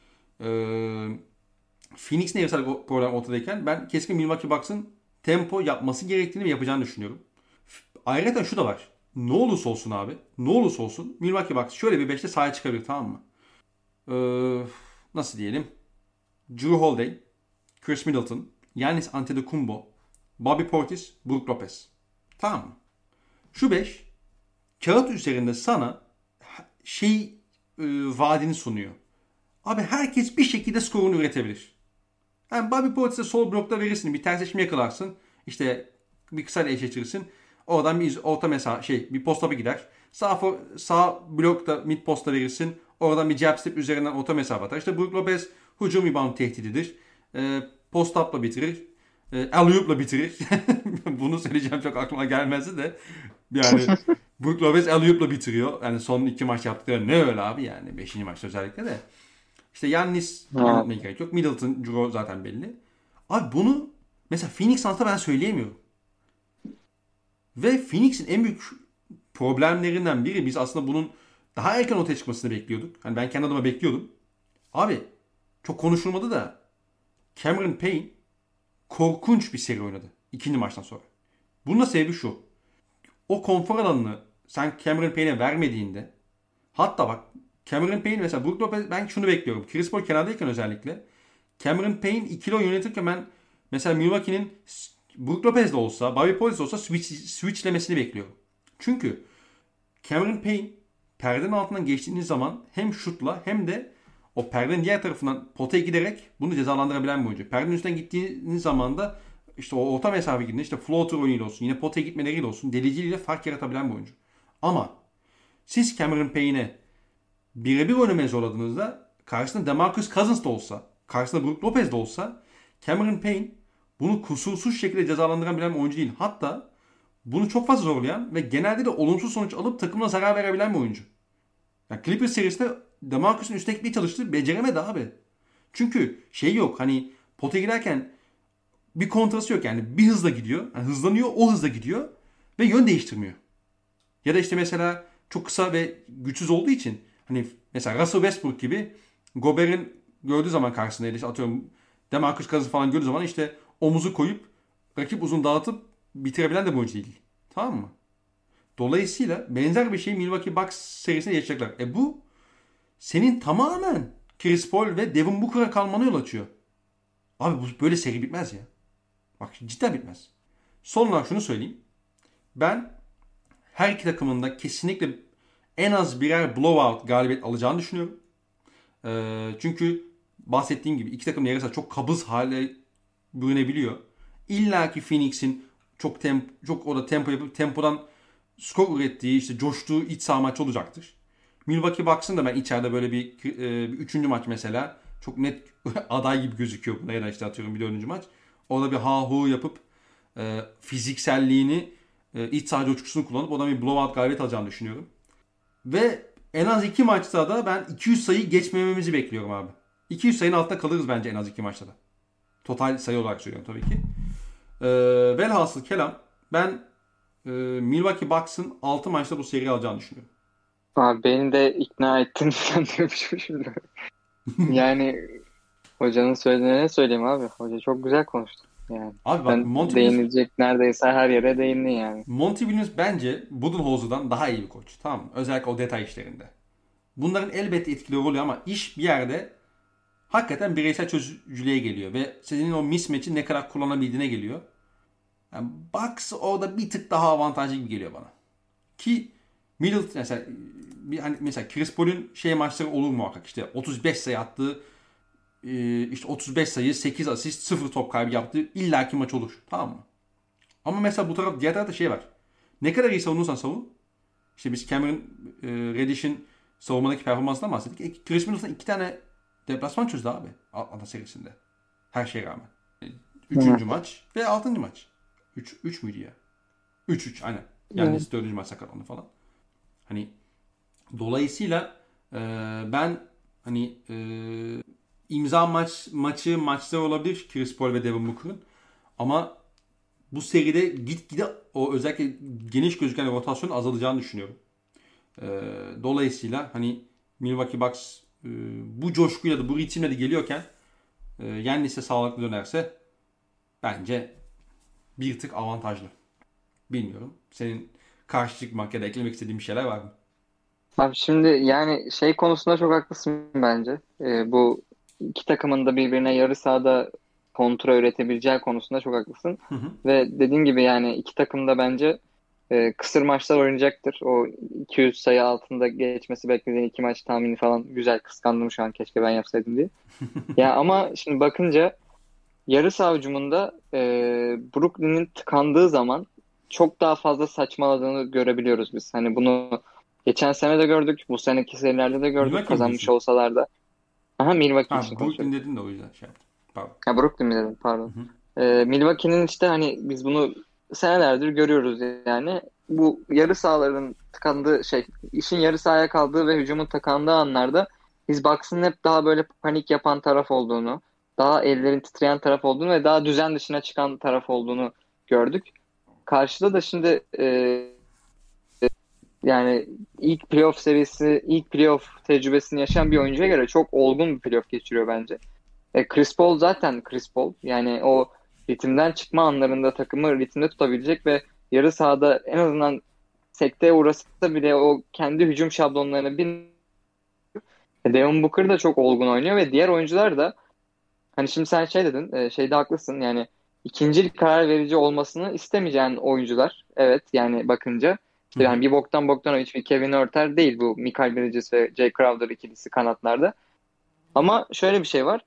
A: Phoenix'in yarı sahadaki problem ortadayken ben kesinlikle Milwaukee Bucks'ın tempo yapması gerektiğini ve yapacağını düşünüyorum. Ayrıca şu da var. ne olursa olsun abi. Ne olursa olsun Milwaukee Bucks şöyle bir 5'te sahaya çıkabilir, tamam mı? Nasıl diyelim? Jrue Holiday, Chris Middleton, Giannis Antetokounmpo, Bobby Portis, Brook Lopez. Tamam mı? Şu 5 kağıt üzerinde sana vaadini sunuyor. Abi herkes bir şekilde skorunu üretebilir. Yani Bobby Portis'e sol blokta verirsin. Bir tersleşme yakalarsın. İşte bir kısa ile eşleştirirsin. Oradan bir orta mesafe bir post-up'a gider. Sağ blokta mid posta verirsin. Oradan bir jab step üzerinden orta mesafe atar. İşte Brook Lopez hücum rebound tehdididir. Post-up'la bitirir. Alley-oop'la bitirir. Bunu söyleyeceğim çok aklıma gelmezdi de. Yani Brook Lopez alley-oop'la bitiriyor. Yani son 2 maç yaptıkları ne öyle abi yani. 5. maçta özellikle de. İşte Giannis anlatmaya gerek yok. Middleton, Jrue zaten belli. Abi bunu mesela Phoenix Suns'ta ben söyleyemiyorum. Ve Phoenix'in en büyük problemlerinden biri, biz aslında bunun daha erken ortaya çıkmasını bekliyorduk. Hani ben kendi adıma bekliyordum. Abi çok konuşulmadı da Cameron Payne korkunç bir seri oynadı 2. maçtan sonra. Bunun da sebebi şu. O konfor alanını sen Cameron Payne'e vermediğinde, hatta bak Cameron Payne mesela Brook Lopez, ben şunu bekliyorum. Chris Paul kenardayken özellikle Cameron Payne ikili oyun yönetirken ben mesela Milwaukee'nin Brook Lopez de olsa, Bobby Portis de olsa switchlemesini bekliyorum. Çünkü Cameron Payne perdenin altından geçtiğiniz zaman hem şutla hem de o perdenin diğer tarafından potaya giderek bunu cezalandırabilen bir oyuncu. Perdenin üstünden gittiğiniz zaman da işte o orta mesafe gidin, işte floater oyunuyla olsun, yine potaya gitmeleriyle olsun, deliciliğiyle fark yaratabilen bir oyuncu. Ama siz Cameron Payne'e birebir oynamaya zorladığınızda karşısında DeMarcus Cousins da olsa, karşısında Brook Lopez de olsa Cameron Payne bunu kusursuz şekilde cezalandırabilen bir oyuncu değil. Hatta bunu çok fazla zorlayan ve genelde de olumsuz sonuç alıp takımına zarar verebilen bir oyuncu. Yani Clippers serisinde DeMarcus'un üstüne gitmeye çalıştı. Beceremedi abi. Çünkü yok, hani potaya girerken bir kontrası yok. Yani bir hızla gidiyor. Yani hızlanıyor, o hızla gidiyor. Ve yön değiştirmiyor. Ya da işte mesela çok kısa ve güçsüz olduğu için hani mesela Russell Westbrook gibi Gobert'in gördüğü zaman karşısında, işte atıyorum DeMarcus Cousins falan gördüğü zaman işte omuzu koyup rakip uzun dağıtıp bitirebilen de bir oyuncu değil. Tamam mı? Dolayısıyla benzer bir şeyi Milwaukee Bucks serisinde yaşayacaklar. Bu senin tamamen Chris Paul ve Devin Booker'a kalmana yol açıyor. Abi bu böyle seri bitmez ya. Bak cidden bitmez. Son olarak şunu söyleyeyim. Ben her iki takımın da kesinlikle en az birer blowout galibiyet alacağını düşünüyorum. Çünkü bahsettiğim gibi iki takım yarısı çok kabız hale bürünebiliyor. İlla ki Phoenix'in çok orada tempo yapıp tempodan skor ürettiği, işte coştuğu iç saha maçı olacaktır. Milwaukee Bucks'ın da ben içeride böyle bir 3. maç mesela çok net aday gibi gözüküyor buna, ya da işte atıyorum bir 4. maç. Orada bir ha-hu yapıp fizikselliğini, iç saha coşkusunu kullanıp oradan bir blowout galibiyet alacağını düşünüyorum. Ve en az 2 maçta da ben 200 sayı geçmememizi bekliyorum abi. 200 sayının altında kalırız bence en az 2 maçta da. Total sayı olarak söylüyorum tabii ki. Velhasıl kelam ben Milwaukee Bucks'ın 6 maçta bu seriyi alacağını düşünüyorum.
B: Abi beni de ikna ettin sen diyormuşum şimdi. Yani hocanın söylediğine ne söyleyeyim abi? Hoca çok güzel konuştu. Yani
A: Abi bak
B: sen değinilecek neredeyse her yere değindin yani.
A: Monty Williams bence Budenholzer'dan daha iyi bir koç. Tamam mı? Özellikle o detay işlerinde. Bunların elbette etkileri oluyor ama iş bir yerde hakikaten bireysel çözücülüğe geliyor. Ve senin o mismatch'i ne kadar kullanabildiğine geliyor. Yani Bucks orada bir tık daha avantajlı gibi geliyor bana. Ki Middleton mesela hani mesela Chris Paul'ün maçları olur muhakkak, işte 35 sayı attığı, işte 35 sayı 8 asist 0 top kaybı yaptığı illaki maç olur. Tamam mı? Ama mesela diğer tarafta var. Ne kadar iyi savunursan savun. İşte biz Cameron Reddish'in savunmadaki performansından bahsettik. Chris Middleton 2 tane deplasman çözdü abi Atlanta serisinde. Her şeye rağmen. 3. maç ve 6. maç. 3 müydü ya? 3-3 aynen. Yani 4. maç sakatlandı falan. Hani dolayısıyla ben hani imza maçlar olabilir Chris Paul ve Devin Booker'ın. Ama bu seride gitgide o özellikle geniş gözüken rotasyon azalacağını düşünüyorum. Dolayısıyla hani Milwaukee Bucks bu coşkuyla da bu ritimle de geliyorken Giannis'e sağlıklı dönerse bence bir tık avantajlı. Bilmiyorum. Senin karşı çıkmak ya da eklemek istediğim bir şeyler var mı?
B: Abi şimdi yani şey konusunda çok haklısın bence. Bu iki takımın da birbirine yarı sahada kontra üretebileceği konusunda çok haklısın.
A: Hı hı.
B: Ve dediğim gibi yani iki takım da bence kısır maçlar oynayacaktır. O 200 sayı altında geçmesi beklediğin iki maç tahmini falan güzel, kıskandım şu an, keşke ben yapsaydım diye. Ya ama şimdi bakınca yarı saha hücumunda Brooklyn'in tıkandığı zaman çok daha fazla saçmaladığını görebiliyoruz biz. Hani bunu geçen sene de gördük, bu seneki serilerde de gördük,
A: Milwaukee mi
B: kazanmış
A: diyorsun?
B: olsalar da. Aha, Milwaukee
A: Ha,
B: için
A: Brooklyn
B: konuşuyorum.
A: dedin de o yüzden şey yaptım. Pardon.
B: Ha, Brooklyn mi dedim,
A: Hı
B: pardon.
A: hı.
B: Milwaukee'nin işte hani biz bunu senelerdir görüyoruz yani. Bu yarı sahaların tıkandığı şey, işin yarı sahaya kaldığı ve hücumun tıkandığı anlarda biz Bucks'ın hep daha böyle panik yapan taraf olduğunu, daha ellerin titreyen taraf olduğunu ve daha düzen dışına çıkan taraf olduğunu gördük. Karşıda da şimdi yani ilk playoff serisi, ilk playoff tecrübesini yaşayan bir oyuncuya göre çok olgun bir playoff geçiriyor bence. Chris Paul zaten Chris Paul. Yani o ritimden çıkma anlarında takımı ritimde tutabilecek ve yarı sahada en azından sekteye uğrasa bile o kendi hücum şablonlarını bir. Devin Booker da çok olgun oynuyor ve diğer oyuncular da hani şimdi sen şey dedin, şeyde haklısın yani ikinci karar verici olmasını istemeyeceğin oyuncular. Evet yani bakınca
A: Hı
B: işte
A: hı.
B: yani bir boktan oyuncu bir Kevin Huerter değil bu Mikal Bridges ve Jay Crowder ikilisi kanatlarda. Ama şöyle bir şey var.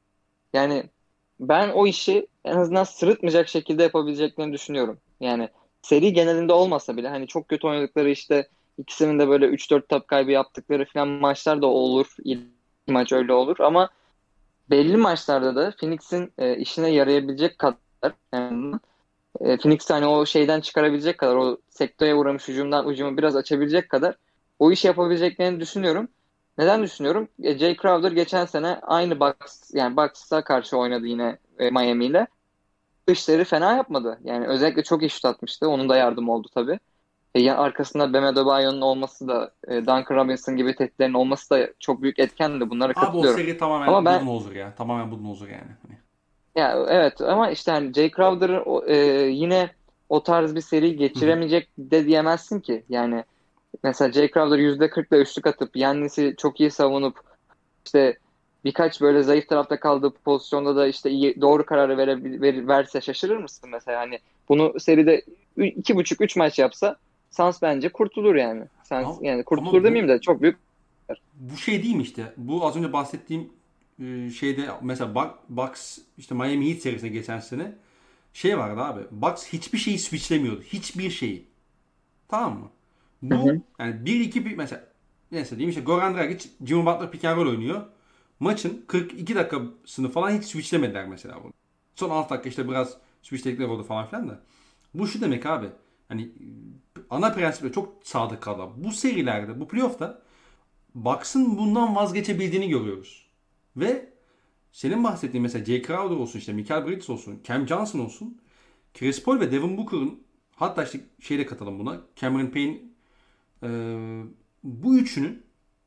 B: Yani ben o işi en azından sırıtmayacak şekilde yapabileceklerini düşünüyorum. Yani seri genelinde olmasa bile hani çok kötü oynadıkları işte ikisinin de böyle 3-4 top kaybı yaptıkları falan maçlar da olur. İlk maç öyle olur ama belli maçlarda da Phoenix'in işine yarayabilecek kadar yani, Phoenix'i hani o şeyden çıkarabilecek kadar, o sekteye uğramış hücumu biraz açabilecek kadar o işi yapabileceklerini düşünüyorum. Neden düşünüyorum? Jay Crowder geçen sene aynı Bucks, yani Bucks'a karşı oynadı yine Miami ile. Bu işleri fena yapmadı. Yani özellikle çok iyi şut atmıştı. Onun da yardım oldu tabii. Arkasında Bam Adebayo'nun olması da, Duncan Robinson gibi tehditlerin olması da çok büyük etkendi. Bunlara
A: Abi o
B: katılıyorum.
A: seri
B: Ama
A: tamamen
B: ben
A: Budenholzer ya. Tamamen Budenholzer yani. Hani.
B: ya evet ama işte hani Jay Crowder yine o tarz bir seri
A: Hı hı.
B: geçiremeyecek de diyemezsin ki. Yani mesela Jay Crowder %40'la üçlük atıp Yannis'i çok iyi savunup işte birkaç böyle zayıf tarafta kaldığı pozisyonda da işte iyi, doğru kararı verse şaşırır mısın mesela? Hani bunu seride 2,5-3 maç yapsa Suns bence kurtulur yani. Suns,
A: Ama,
B: yani
A: ama
B: kurtulur
A: bu
B: demeyeyim de çok büyük.
A: bu şey değil mi işte? Bu az önce bahsettiğim şeyde mesela Bucks işte Miami Heat serisine geçen sene şey vardı abi. Bucks hiçbir şeyi switchlemiyordu. Hiçbir şeyi. Tamam mı?
B: Hı hı.
A: Bu yani bir iki bir mesela neyse diyeyim işte Goran Dragic, Jimmy Butler pick and roll oynuyor. Maçın 42 dakikasını falan hiç switchlemediler mesela bunu. Son 6 dakika işte biraz switchledikleri oldu falan filan da. Bu şu demek abi. Hani ana prensiple çok sadık kalan. Bu serilerde, bu playoff'ta Bucks'ın bundan vazgeçebildiğini görüyoruz. Ve senin bahsettiğin mesela Jay Crowder olsun, işte Michael Bridges olsun, Cam Johnson olsun, Chris Paul ve Devin Booker'ın, hatta işte şeyle katalım buna, Cameron Payne, e, bu üçünün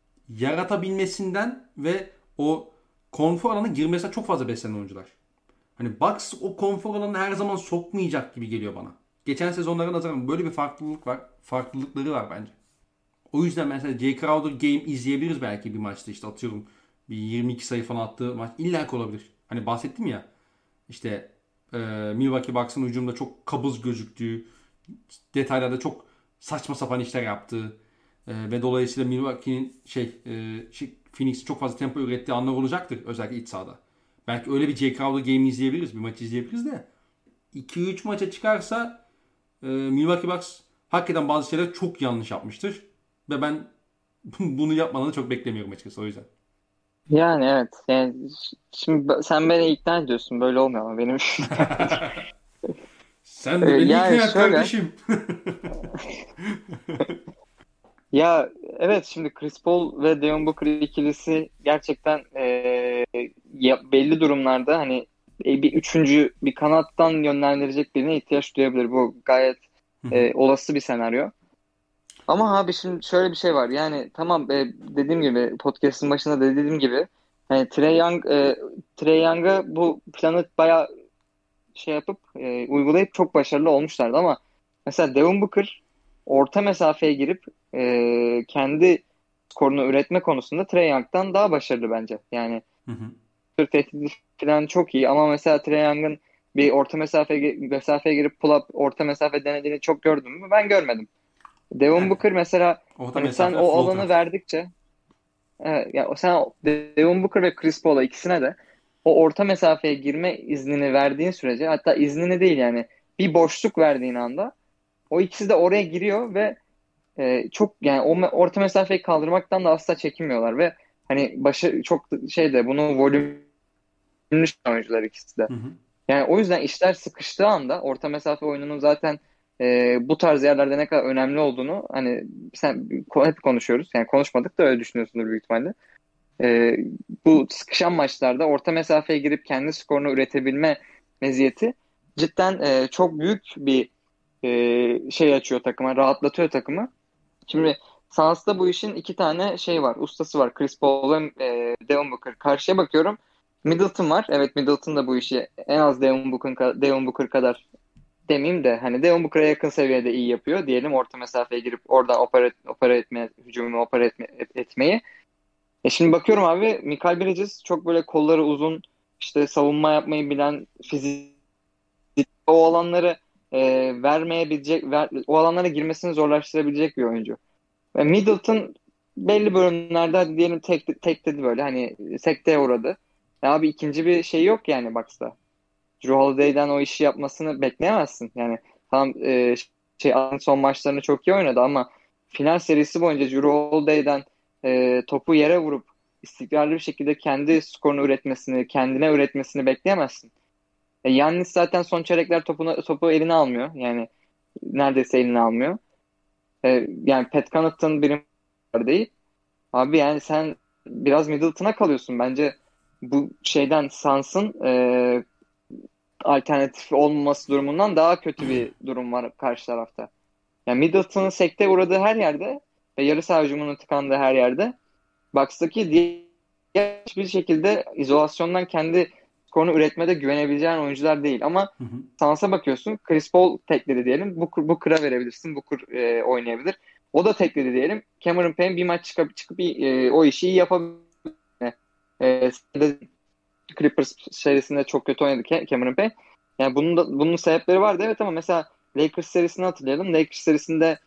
A: yaratabilmesinden ve o konfor alanına girmesine çok fazla beslenen oyuncular. Hani Bucks o konfor alanını her zaman sokmayacak gibi geliyor bana. Geçen sezonlara nazaran böyle bir farklılık var. Farklılıkları var bence. O yüzden mesela Jay Crowder game izleyebiliriz belki bir maçta, işte atıyorum bir 22 sayı falan attığı maç illaki olabilir. Hani bahsettim ya işte Milwaukee Bucks'ın hücumda çok kabız gözüktüğü, detaylarda çok saçma sapan işler yaptığı ve dolayısıyla Milwaukee'nin Phoenix'in çok fazla tempo ürettiği anlar olacaktır özellikle iç sahada. Belki öyle bir Jay Crowder game izleyebiliriz, bir maç izleyebiliriz de 2-3 maça çıkarsa Milwaukee Bucks hakikaten bazı şeyler çok yanlış yapmıştır. Ve ben bunu yapmalarını çok beklemiyorum açıkçası o yüzden.
B: Yani evet. Yani şimdi sen beni ikna ediyorsun. Böyle olmuyor ama benim işim ikna ediyor.
A: Sen de beni ikna
B: Yani
A: et
B: şöyle,
A: kardeşim.
B: ya evet, şimdi Chris Paul ve Devin Booker ikilisi gerçekten belli durumlarda hani bir üçüncü bir kanattan yönlendirecek birine ihtiyaç duyabilir. Bu gayet olası bir senaryo. Ama abi şimdi şöyle bir şey var. Yani tamam, dediğim gibi podcast'ın başında da dediğim gibi hani Trae Young'a bu planı bayağı şey yapıp uygulayıp çok başarılı olmuşlardı ama mesela Devin Booker orta mesafeye girip kendi skorunu üretme konusunda Trae Young'dan daha başarılı bence. Yani
A: Hı hı.
B: tehdidi falan çok iyi ama mesela Trae Young'ın bir orta mesafeye girip pull-up orta mesafe denediğini çok gördüm mü? Ben görmedim. Devin
A: Yani
B: Booker mesela
A: orta
B: hani sen
A: mesafe
B: o
A: floater
B: alanı
A: atıyor.
B: verdikçe ya sen Devin Booker ve Chris Paul'a ikisine de o orta mesafeye girme iznini verdiğin sürece, hatta iznini değil yani, bir boşluk verdiğin anda o ikisi de oraya giriyor ve çok yani orta mesafeyi kaldırmaktan da asla çekinmiyorlar ve hani başı çok şey de bunu volümlü oyuncular ikisi de.
A: Hı hı.
B: Yani o yüzden işler sıkıştığı anda orta mesafe oyununun zaten bu tarz yerlerde ne kadar önemli olduğunu hani hep konuşuyoruz. Yani konuşmadık da öyle düşünüyorsundur büyük ihtimalle. E, Bu sıkışan maçlarda orta mesafeye girip kendi skorunu üretebilme meziyeti cidden çok büyük bir şey açıyor takıma, rahatlatıyor takımı. Şimdi Suns'ta bu işin iki tane şey var, ustası var. Chris Paul ve Devin Booker. Karşıya bakıyorum. Middleton var. Evet, Middleton da bu işi en az Devin Booker kadar demeyeyim de hani Devin Booker'a yakın seviyede iyi yapıyor. Diyelim orta mesafeye girip oradan opera etmeye, hücumu etmeyi. Şimdi bakıyorum abi, Michael Bridges çok böyle kolları uzun, işte savunma yapmayı bilen, fizik, o alanları o alanlara girmesini zorlaştırabilecek bir oyuncu. Ve Middleton belli bölümlerde hadi diyelim tek dedi, böyle hani sekteye uğradı. Abi ikinci bir şey yok yani Bucks'ta. Jrue Holiday'den o işi yapmasını bekleyemezsin. Yani tam son maçlarını çok iyi oynadı ama final serisi boyunca Jrue Holiday'den topu yere vurup istikrarlı bir şekilde kendi skorunu üretmesini, kendine üretmesini bekleyemezsin. Yannis zaten son çeyrekler topu eline almıyor. Yani neredeyse eline almıyor. Yani Pat Connaughton birim değil. Abi yani sen biraz Middleton'a kalıyorsun. Bence bu şeyden Suns'ın alternatif olmaması durumundan daha kötü bir durum var karşı tarafta. Yani Middleton'ın sekte uğradığı her yerde ve yarı saha hücumunun tıkandığı her yerde Bucks'taki diğer hiçbir şekilde izolasyondan kendi skorunu üretmede güvenebileceğin oyuncular değil. Ama
A: Hı hı.
B: Suns'a bakıyorsun, Chris Paul tekledi diyelim. Booker'a verebilirsin. Booker oynayabilir. O da tekledi diyelim. Cameron Payne bir maç çıkıp o işi iyi yapabilir. E, Clippers serisinde çok kötü oynadı Cameron Payne. Yani bunun sebepleri vardı evet, ama mesela Lakers serisini hatırlayalım. Lakers serisinde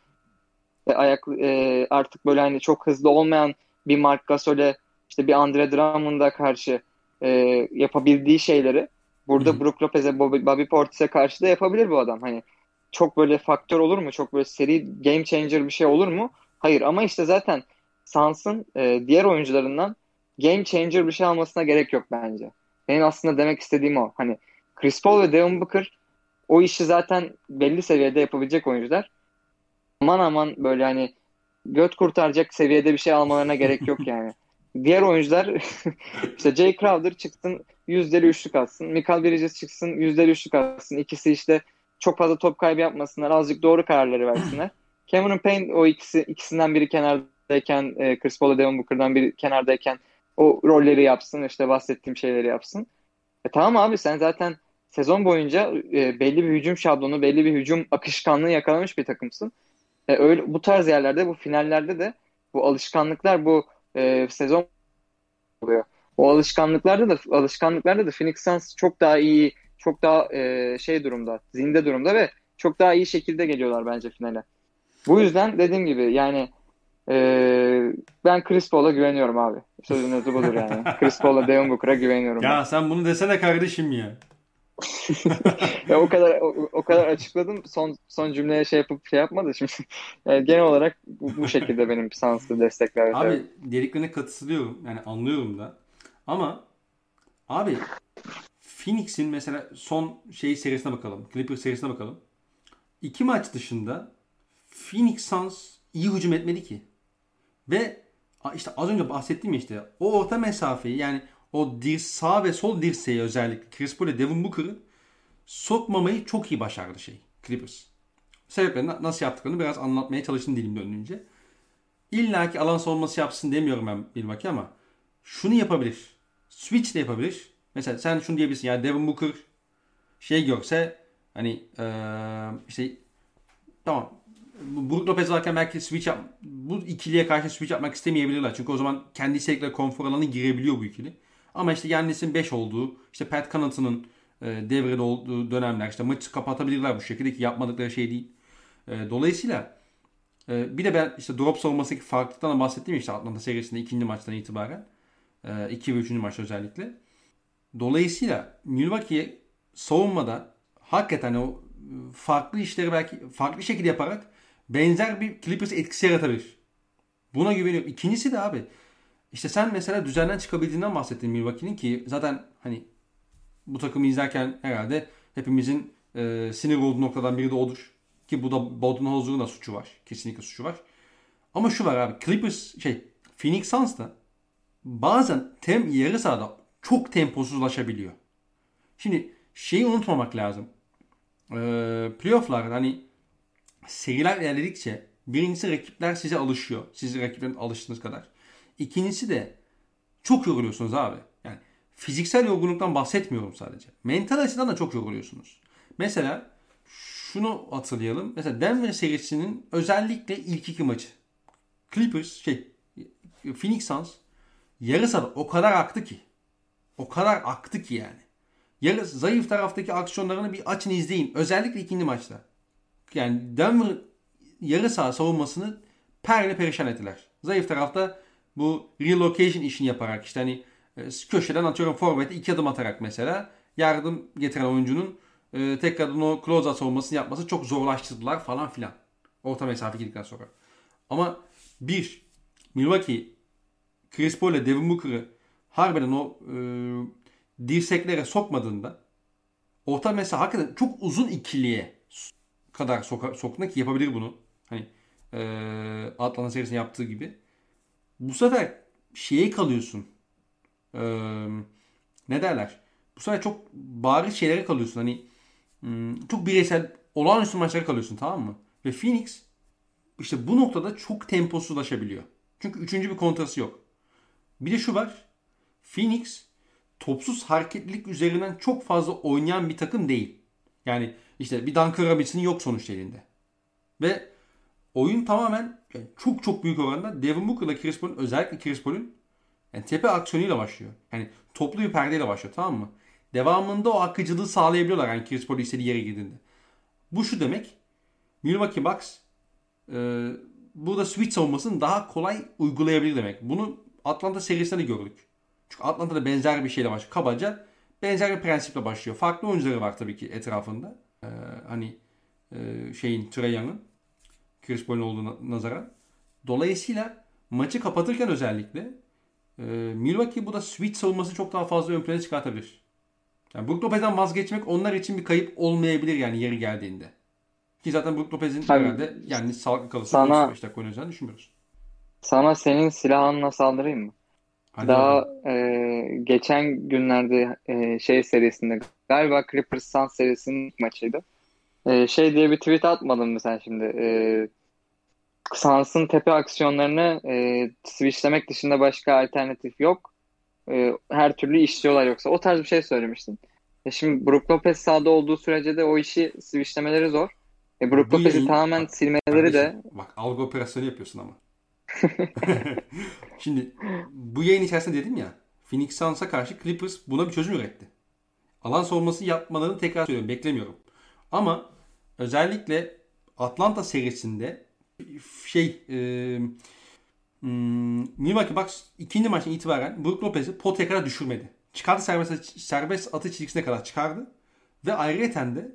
B: artık böyle hani çok hızlı olmayan bir Marc Gasol'e, işte bir Andre Drummond'a karşı e, yapabildiği şeyleri
A: Hı
B: burada
A: hı.
B: Brook Lopez'e, Bobby Portis'e karşı da yapabilir bu adam. Hani çok böyle faktör olur mu? Çok böyle seri game changer bir şey olur mu? Hayır, ama işte zaten Suns'ın diğer oyuncularından game changer bir şey almasına gerek yok bence. Benim aslında demek istediğim o. Hani Chris Paul ve Devin Booker o işi zaten belli seviyede yapabilecek oyuncular. Aman aman böyle hani göt kurtaracak seviyede bir şey almalarına gerek yok yani. Diğer oyuncular işte Jay Crowder çıksın yüzdeli üçlük atsın. Michael Bridges çıksın yüzdeli üçlük atsın. İkisi işte çok fazla top kaybı yapmasınlar. Azıcık doğru kararları versinler. Cameron Payne o ikisinden biri kenardayken, Chris Paul, Devin Booker'dan biri kenardayken o rolleri yapsın. İşte bahsettiğim şeyleri yapsın. Tamam abi, sen zaten sezon boyunca belli bir hücum şablonu, belli bir hücum akışkanlığı yakalamış bir takımsın. Öyle bu tarz yerlerde, bu finallerde de bu alışkanlıklar, bu sezon oluyor. O alışkanlıklarda da Phoenix Suns çok daha iyi, çok daha şey durumda, zinde durumda ve çok daha iyi şekilde geliyorlar bence finale. Bu yüzden dediğim gibi yani ben Chris Paul'a güveniyorum abi. Sözün özü budur yani. Chris Paul'a, Devin Booker'a güveniyorum ben.
A: Ya sen bunu desene kardeşim ya.
B: Ya o kadar açıkladım. Son cümleye şey yapıp şey yapmadı şimdi. Yani genel olarak bu şekilde benim Suns'ı destekler. Evet, evet.
A: Abi dediklerine katılıyorum. Yani anlıyorum da. Ama abi Phoenix'in mesela son serisine bakalım. Clippers serisine bakalım. İki maç dışında Phoenix Suns iyi hücum etmedi ki. Ve işte az önce bahsettiğim işte o orta mesafeyi, yani o sağ ve sol dirseği, özellikle Chris Paul ile Devin Booker'ı sokmamayı çok iyi başardı Clippers. Sebeplerini nasıl yaptıklarını biraz anlatmaya çalıştım dilim döndüğünce. İlla ki alan savunması yapsın demiyorum ben Milwaukee, ama şunu yapabilir. Switch de yapabilir. Mesela sen şunu diyebilirsin, yani Devin Booker görse hani işte tamam, Brook Lopez varken belki bu ikiliye karşı switch yapmak istemeyebilirler. Çünkü o zaman kendi istedikleri konfor alanına girebiliyor bu ikili. Ama işte Giannis'in 5 olduğu, işte Pat Connaughton'ın devrede olduğu dönemler, işte maçı kapatabilirler bu şekilde ki yapmadıkları şey değil. Dolayısıyla bir de ben işte drop savunmasındaki farklılıktan da bahsettiğim işte Atlanta serisinde ikinci maçtan itibaren 2 ve 3. maç özellikle. Dolayısıyla Milwaukee'ye savunmada hakikaten o farklı işleri belki farklı şekilde yaparak benzer bir Clippers etkisi yaratabilir. Buna güveniyorum. İkincisi de abi işte sen mesela düzenden çıkabildiğinden bahsettin Milwaukee'nin ki zaten hani bu takımı izlerken herhalde hepimizin sinir olduğu noktadan biri de odur. Ki bu da Budenholzer'ın da suçu var. Kesinlikle suçu var. Ama şu var abi Phoenix Suns da bazen yarı sahada çok temposuzlaşabiliyor. Şimdi şeyi unutmamak lazım. Playoff'larda hani seriler ilerledikçe birincisi rakipler size alışıyor. Siz rakiplerin alıştığınız kadar. İkincisi de çok yoruluyorsunuz abi. Yani fiziksel yorgunluktan bahsetmiyorum sadece. Mental açıdan da çok yoruluyorsunuz. Mesela şunu hatırlayalım. Mesela Denver serisinin özellikle ilk iki maçı. Phoenix Suns yarı sahada o kadar aktı ki. O kadar aktı ki yani. Zayıf taraftaki aksiyonlarını bir açın izleyin. Özellikle ikinci maçta. Yani Denver yarı saha savunmasını perle perişan ettiler. Zayıf tarafta bu relocation işini yaparak işte hani köşeden atıyorum forvete 2 adım atarak mesela yardım getiren oyuncunun tekrardan o closeout savunmasını yapması çok zorlaştırdılar falan filan. Orta mesafe girdikten sonra. Ama Milwaukee Chris Paul ile Devin Booker'ı harbiden o dirseklere sokmadığında orta mesafe hakikaten çok uzun ikiliye kadar soktuğunda ki yapabilir bunu. Hani Atlanta serisinde yaptığı gibi. Bu sefer şeye kalıyorsun. Ne derler? Bu sefer çok bariz şeylere kalıyorsun. Hani çok bireysel olağanüstü maçlara kalıyorsun, tamam mı? Ve Phoenix işte bu noktada çok temposuzlaşabiliyor. Çünkü üçüncü bir kontrası yok. Bir de şu var. Phoenix topsuz hareketlilik üzerinden çok fazla oynayan bir takım değil. Yani işte bir Duncan Robinson yok sonuçta elinde. Ve oyun tamamen yani çok çok büyük oranda Devin Booker'la Chris Paul'un, özellikle Chris Paul'un yani tepe aksiyonuyla başlıyor. Yani toplu bir perdeyle başlıyor, tamam mı? Devamında o akıcılığı sağlayabiliyorlar yani Chris Paul istediği yere girdiğinde. Bu şu demek. Milwaukee Bucks burada switch savunmasını daha kolay uygulayabilir demek. Bunu Atlanta serisinde de gördük. Çünkü Atlanta'da benzer bir şeyle başlıyor. Kabaca benzer bir prensiple başlıyor. Farklı oyuncuları var tabii ki etrafında. Hani Trae Young'ın Chris Paul'un olduğuna nazaran. Dolayısıyla maçı kapatırken özellikle Milwaukee bu da switch savunması çok daha fazla ön plana çıkartabilir. Yani Brook Lopez'den vazgeçmek onlar için bir kayıp olmayabilir yani yeri geldiğinde. Ki zaten Brook Lopez'in herhalde yani sağlıklı kalırsa 35 dakika oynayacağını düşünmüyoruz.
B: Sana senin silahınla saldırayım mı?
A: Hadi
B: Daha geçen günlerde serisinde galiba Clippers Suns serisinin ilk maçıydı. Diye bir tweet atmadın mı sen şimdi? Suns'ın tepe aksiyonlarını switchlemek dışında başka alternatif yok. Her türlü işliyorlar yoksa. O tarz bir şey söylemiştin. Şimdi Brook Lopez sahada olduğu sürece de o işi switchlemeleri zor. Brook Lopez'i tamamen silmeleri
A: kardeşim,
B: de...
A: Bak algı operasyonu yapıyorsun ama. Şimdi bu yayın içerisinde dedim ya, Phoenix Suns'a karşı Clippers buna bir çözüm üretti. Alan savunması yapmalarını tekrar söylüyorum. Beklemiyorum. Ama özellikle Atlanta serisinde Milwaukee Bucks ikinci maçtan itibaren Brook Lopez'i potaya kadar düşürmedi. Çıkardı, serbest atış çizgisine kadar çıkardı. Ve ayrıyeten de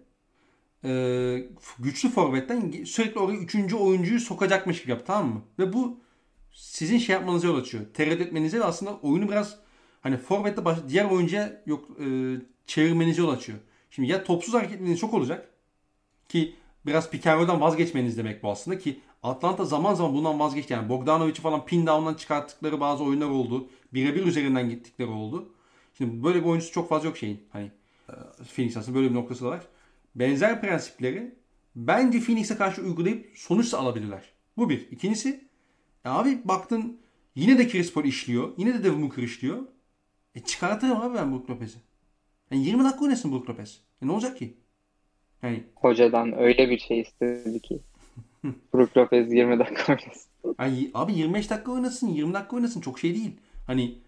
A: güçlü forvetten sürekli oraya üçüncü oyuncuyu sokacakmış gibi yaptı, tamam mı? Ve bu sizin yapmanıza yol açıyor. Tereddüt etmenize ve aslında oyunu biraz hani forvette diğer oyuncuya çevirmenize yol açıyor. Şimdi ya topsuz hareketleriniz çok olacak ki biraz pick and roll'dan vazgeçmeniz demek bu aslında ki Atlanta zaman zaman bundan vazgeçti. Yani Bogdanovic'i falan pin down'dan çıkarttıkları bazı oyunlar oldu. Birebir üzerinden gittikleri oldu. Şimdi böyle bir oyuncusu çok fazla yok hani Phoenix aslında böyle bir noktası da var. Benzer prensipleri bence Phoenix'e karşı uygulayıp sonuç alabilirler. Bu bir. İkincisi abi baktın yine de Chris Paul işliyor. Yine de Devin Booker işliyor. Çıkartırım abi ben Brook Lopez'i. Yani 20 dakika oynasın Brook Lopez. Ne olacak ki? Yani
B: Hocadan öyle bir şey istedi ki. Brook Lopez 20 dakika oynasın.
A: Ay, abi 25 dakika oynasın, 20 dakika oynasın çok şey değil. Hani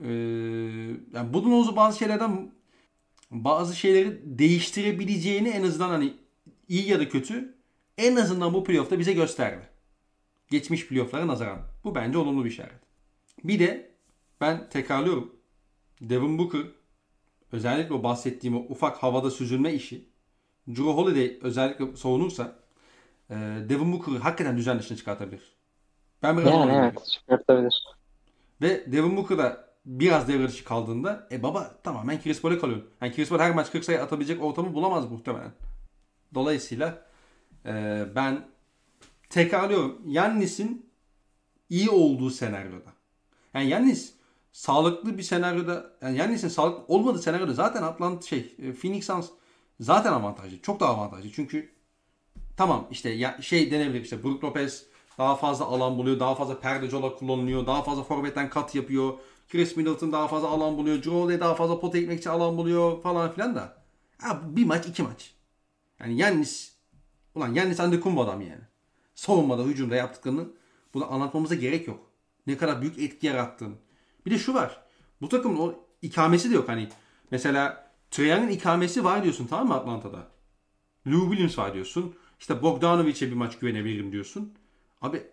A: yani Budenholzer bazı şeyleri değiştirebileceğini en azından hani iyi ya da kötü en azından bu playoff'ta bize gösterdi. Geçmiş playoff'lara nazaran. Bu bence olumlu bir işaret. Bir de ben tekrarlıyorum. Devin Booker özellikle o bahsettiğim o ufak havada süzülme işi Jrue Holiday özellikle savunursa Devin Booker'ı hakikaten düzen dışına çıkartabilir. Ben biraz
B: Yani
A: ona
B: evet, çıkartabilir.
A: Ve Devin Booker da biraz devre dışı kaldığında baba tamamen Chris Paul'e kalıyor. Yani Chris Paul her maç 40 sayı atabilecek ortamı bulamaz muhtemelen. Dolayısıyla ben tekrarlıyorum. Yannis'in iyi olduğu senaryoda. Yani Yannis sağlıklı bir senaryoda, yani Yannis'in sağlıklı olmadığı senaryoda zaten Phoenix Suns zaten avantajlı. Çok daha avantajlı. Çünkü tamam işte denebilir işte Brook Lopez daha fazla alan buluyor. Daha fazla perdeci olarak kullanılıyor. Daha fazla forvetten kat yapıyor. Chris Middleton daha fazla alan buluyor. Jrue Holiday daha fazla pota ekmek için alan buluyor falan filan da. Bir maç 2 maç. Yani Yannis Antetokounmpo adam yani. Savunmada hücumda yaptıklarını bunu anlatmamıza gerek yok. Ne kadar büyük etki yarattığını. Bir de şu var. Bu takımın o ikamesi de yok. Hani mesela Trae Young'ın ikamesi var diyorsun tamam mı Atlanta'da? Lou Williams var diyorsun. İşte Bogdanovic'e bir maç güvenebilirim diyorsun. Abi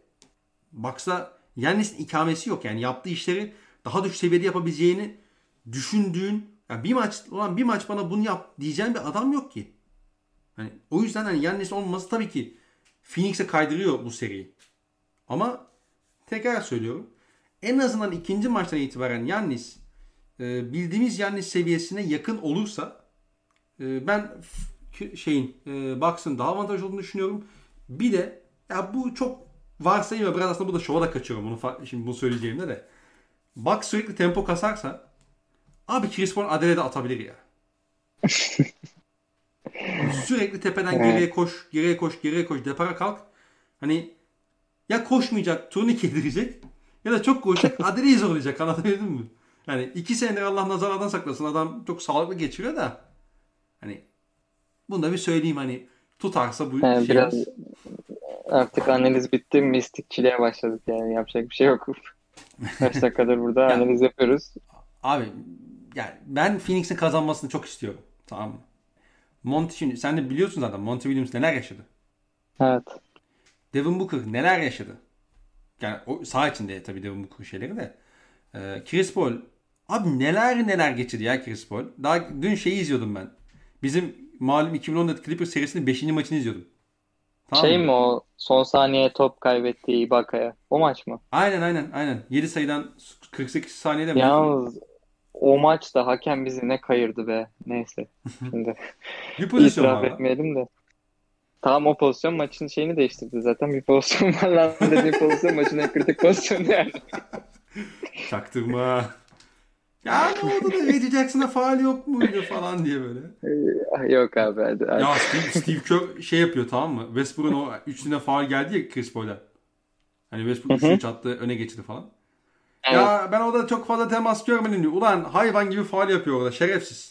A: baksa Yannis'in ikamesi yok. Yani yaptığı işleri daha düşük seviyede yapabileceğini düşündüğün yani bir maç bana bunu yap diyeceğin bir adam yok ki. Hani o yüzden hani Yannis'in olmaması tabii ki Phoenix'e kaydırıyor bu seriyi. Ama tekrar söylüyorum. En azından ikinci maçtan itibaren Yannis bildiğimiz Yannis seviyesine yakın olursa ben Bucks'ın daha avantajlı olduğunu düşünüyorum. Bir de ya bu çok varsayım ve biraz aslında bu da şova da kaçıyorum şimdi bunu söyleyeceğimde de. Bucks sürekli tempo kasarsa abi Chris Paul Adelaide'de atabilir ya. Yani sürekli tepeden geriye koş, geriye koş, geriye koş, depara kalk. Hani ya koşmayacak, turnike edilecek ya da çok koşacak, Adelaide'i zorlayacak. Anlatabildim mi? Yani 2 senedir Allah nazarlardan saklasın. Adam çok sağlıklı geçiriyor da hani bunu da bir söyleyeyim hani tutarsa bu
B: Yani biraz
A: şeyimiz.
B: artık analiz bitti. Mistikçiliğe başladık yani. Yapacak bir şey yok. Kaç dakikadır burada
A: Ya
B: analiz yapıyoruz.
A: abi yani ben Phoenix'in kazanmasını çok istiyorum. Tamam mı? Şimdi sen de biliyorsun zaten Monty Williams neler yaşadı.
B: Evet.
A: Devin Booker neler yaşadı. Yani o saha içinde tabii Devin Booker şeyleri de. Chris Paul abi neler geçirdi ya Chris Paul. Daha dün şeyi izliyordum ben. Bizim malum 2014 Clippers serisinin 5. maçını izliyordum. Tamam
B: Şey
A: mı?
B: mi o son saniye top kaybettiği Ibaka'ya? O maç mı?
A: Aynen. 7 sayıdan 48 saniyede mi?
B: Yalnız o maçta hakem bizi ne kayırdı be. Neyse. Şimdi
A: Bir pozisyon
B: itiraf
A: var lan.
B: etmeyelim de. Tam o pozisyon maçın şeyini değiştirdi zaten. Bir pozisyon var lan dediğim pozisyon maçın en kritik pozisyonu yani.
A: Çaktırma. Ya ne oldu da Reggie Jackson'a faul yok muydu falan diye böyle.
B: Yok abi hadi.
A: Ya Steve Kerr şey yapıyor tamam mı? Westbrook'un o üçlüğüne faul geldi ya Chris Paul'a. Hani
B: Hı
A: Westbrook
B: hı.
A: üçlü attı öne geçti falan.
B: Evet.
A: Ya ben orada çok fazla temas görmedim diyor. Ulan hayvan gibi faul yapıyor orada şerefsiz.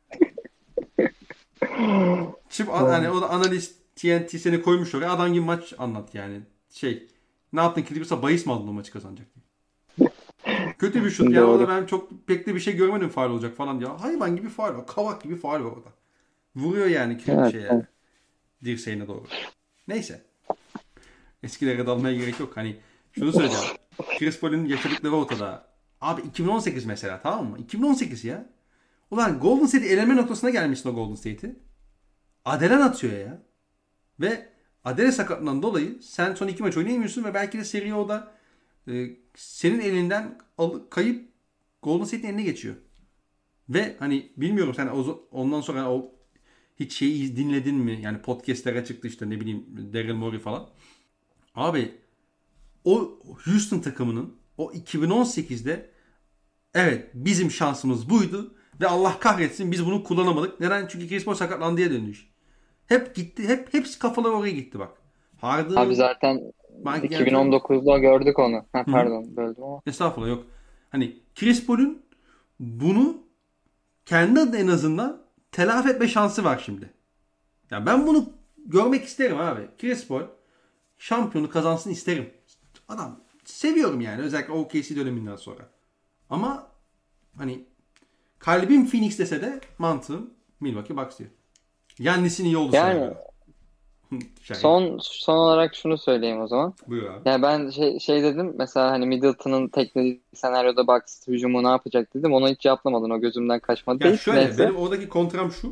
A: Hani o da analist TNT seni koymuş oraya adam gibi maç anlat yani. Ne yaptın Clippers'a bahis mi aldın o maçı kazanacak diye. Kötü bir şut yani orada
B: Doğru.
A: ben çok pek de bir şey görmedim faul olacak falan diyor. Hayvan gibi faul var. Kavak gibi faul var orada. Vuruyor yani
B: Evet. Evet.
A: dirseğine doğru. Neyse. Eskilere dalmaya gerek yok. Hani şunu söyleyeceğim. Chris Paul'un yaşadıkları ortada. Abi 2018 mesela tamam mı? 2018 ya. Ulan Golden State eleme noktasına gelmişsin o Golden State'i. Adelen atıyor ya. Ve Adele sakatlığından dolayı sen son 2 maç oynayamıyorsun ve belki de seri o da senin elinden kayıp Golden State'in eline geçiyor. Ve hani bilmiyorum sen ondan sonra hiç şeyi dinledin mi? Yani podcastlere çıktı işte ne bileyim Daryl Morey falan. Abi o Houston takımının o 2018'de evet bizim şansımız buydu ve Allah kahretsin biz bunu kullanamadık. Neden? Çünkü Chris Paul sakatlandı diye dönüş. Hep gitti. Hepsi kafaları oraya gitti bak.
B: Abi
A: Harden,
B: zaten
A: Mike D'Antoni.
B: 2019'da gördük onu. Ha,
A: Hı hı.
B: pardon böldüm ama.
A: Estağfurullah yok. Hani Chris Paul'un bunu kendi adına en azından telafi etme şansı var şimdi. Ya ben bunu görmek isterim abi. Chris Paul şampiyonu kazansın isterim. Adam seviyorum yani. Özellikle OKC döneminden sonra. Ama hani kalbim Phoenix dese de mantığım Milwaukee Bucks diyor. Giannis'in iyi olduğu
B: Yani son olarak şunu söyleyeyim o zaman.
A: Buyur abi.
B: Yani ben şey dedim mesela hani Middleton'ın teklediği senaryoda Bucks hücumu ne yapacak dedim. Onu hiç cevaplamadın. O gözümden kaçmadı
A: Ya
B: değil.
A: şöyle
B: Neyse.
A: benim oradaki kontram şu.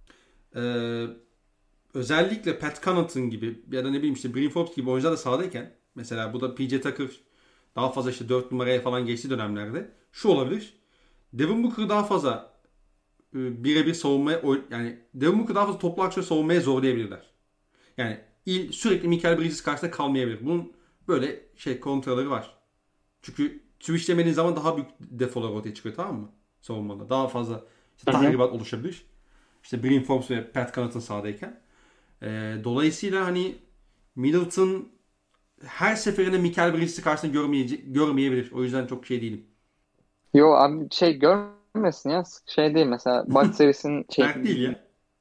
A: Özellikle Pat Connaughton gibi ya da ne bileyim işte Bryn Forbes gibi oyuncular da sahadayken mesela bu da PJ Tucker daha fazla işte 4 numaraya falan geçtiği dönemlerde şu olabilir. Devin Booker daha fazla birebir savunmaya yani Devin Booker daha fazla toplu aksiyon savunmaya zorlayabilirler. Yani sürekli Michael Bridges karşısında kalmayabilir. Bunun böyle kontraları var. Çünkü switchlemediğin zaman daha büyük defolar ortaya çıkıyor, tamam mı? Savunmada. Daha fazla tahribat oluşabilir. İşte Bryn Forbes ve Pat Connaughton sahadayken. Dolayısıyla hani Middleton her seferinde Michael Bridges'i karşısında görmeyebilir. O yüzden çok değilim.
B: Yo abi görmesin ya. Değil mesela Bucks serisinin
A: Dert değil ya.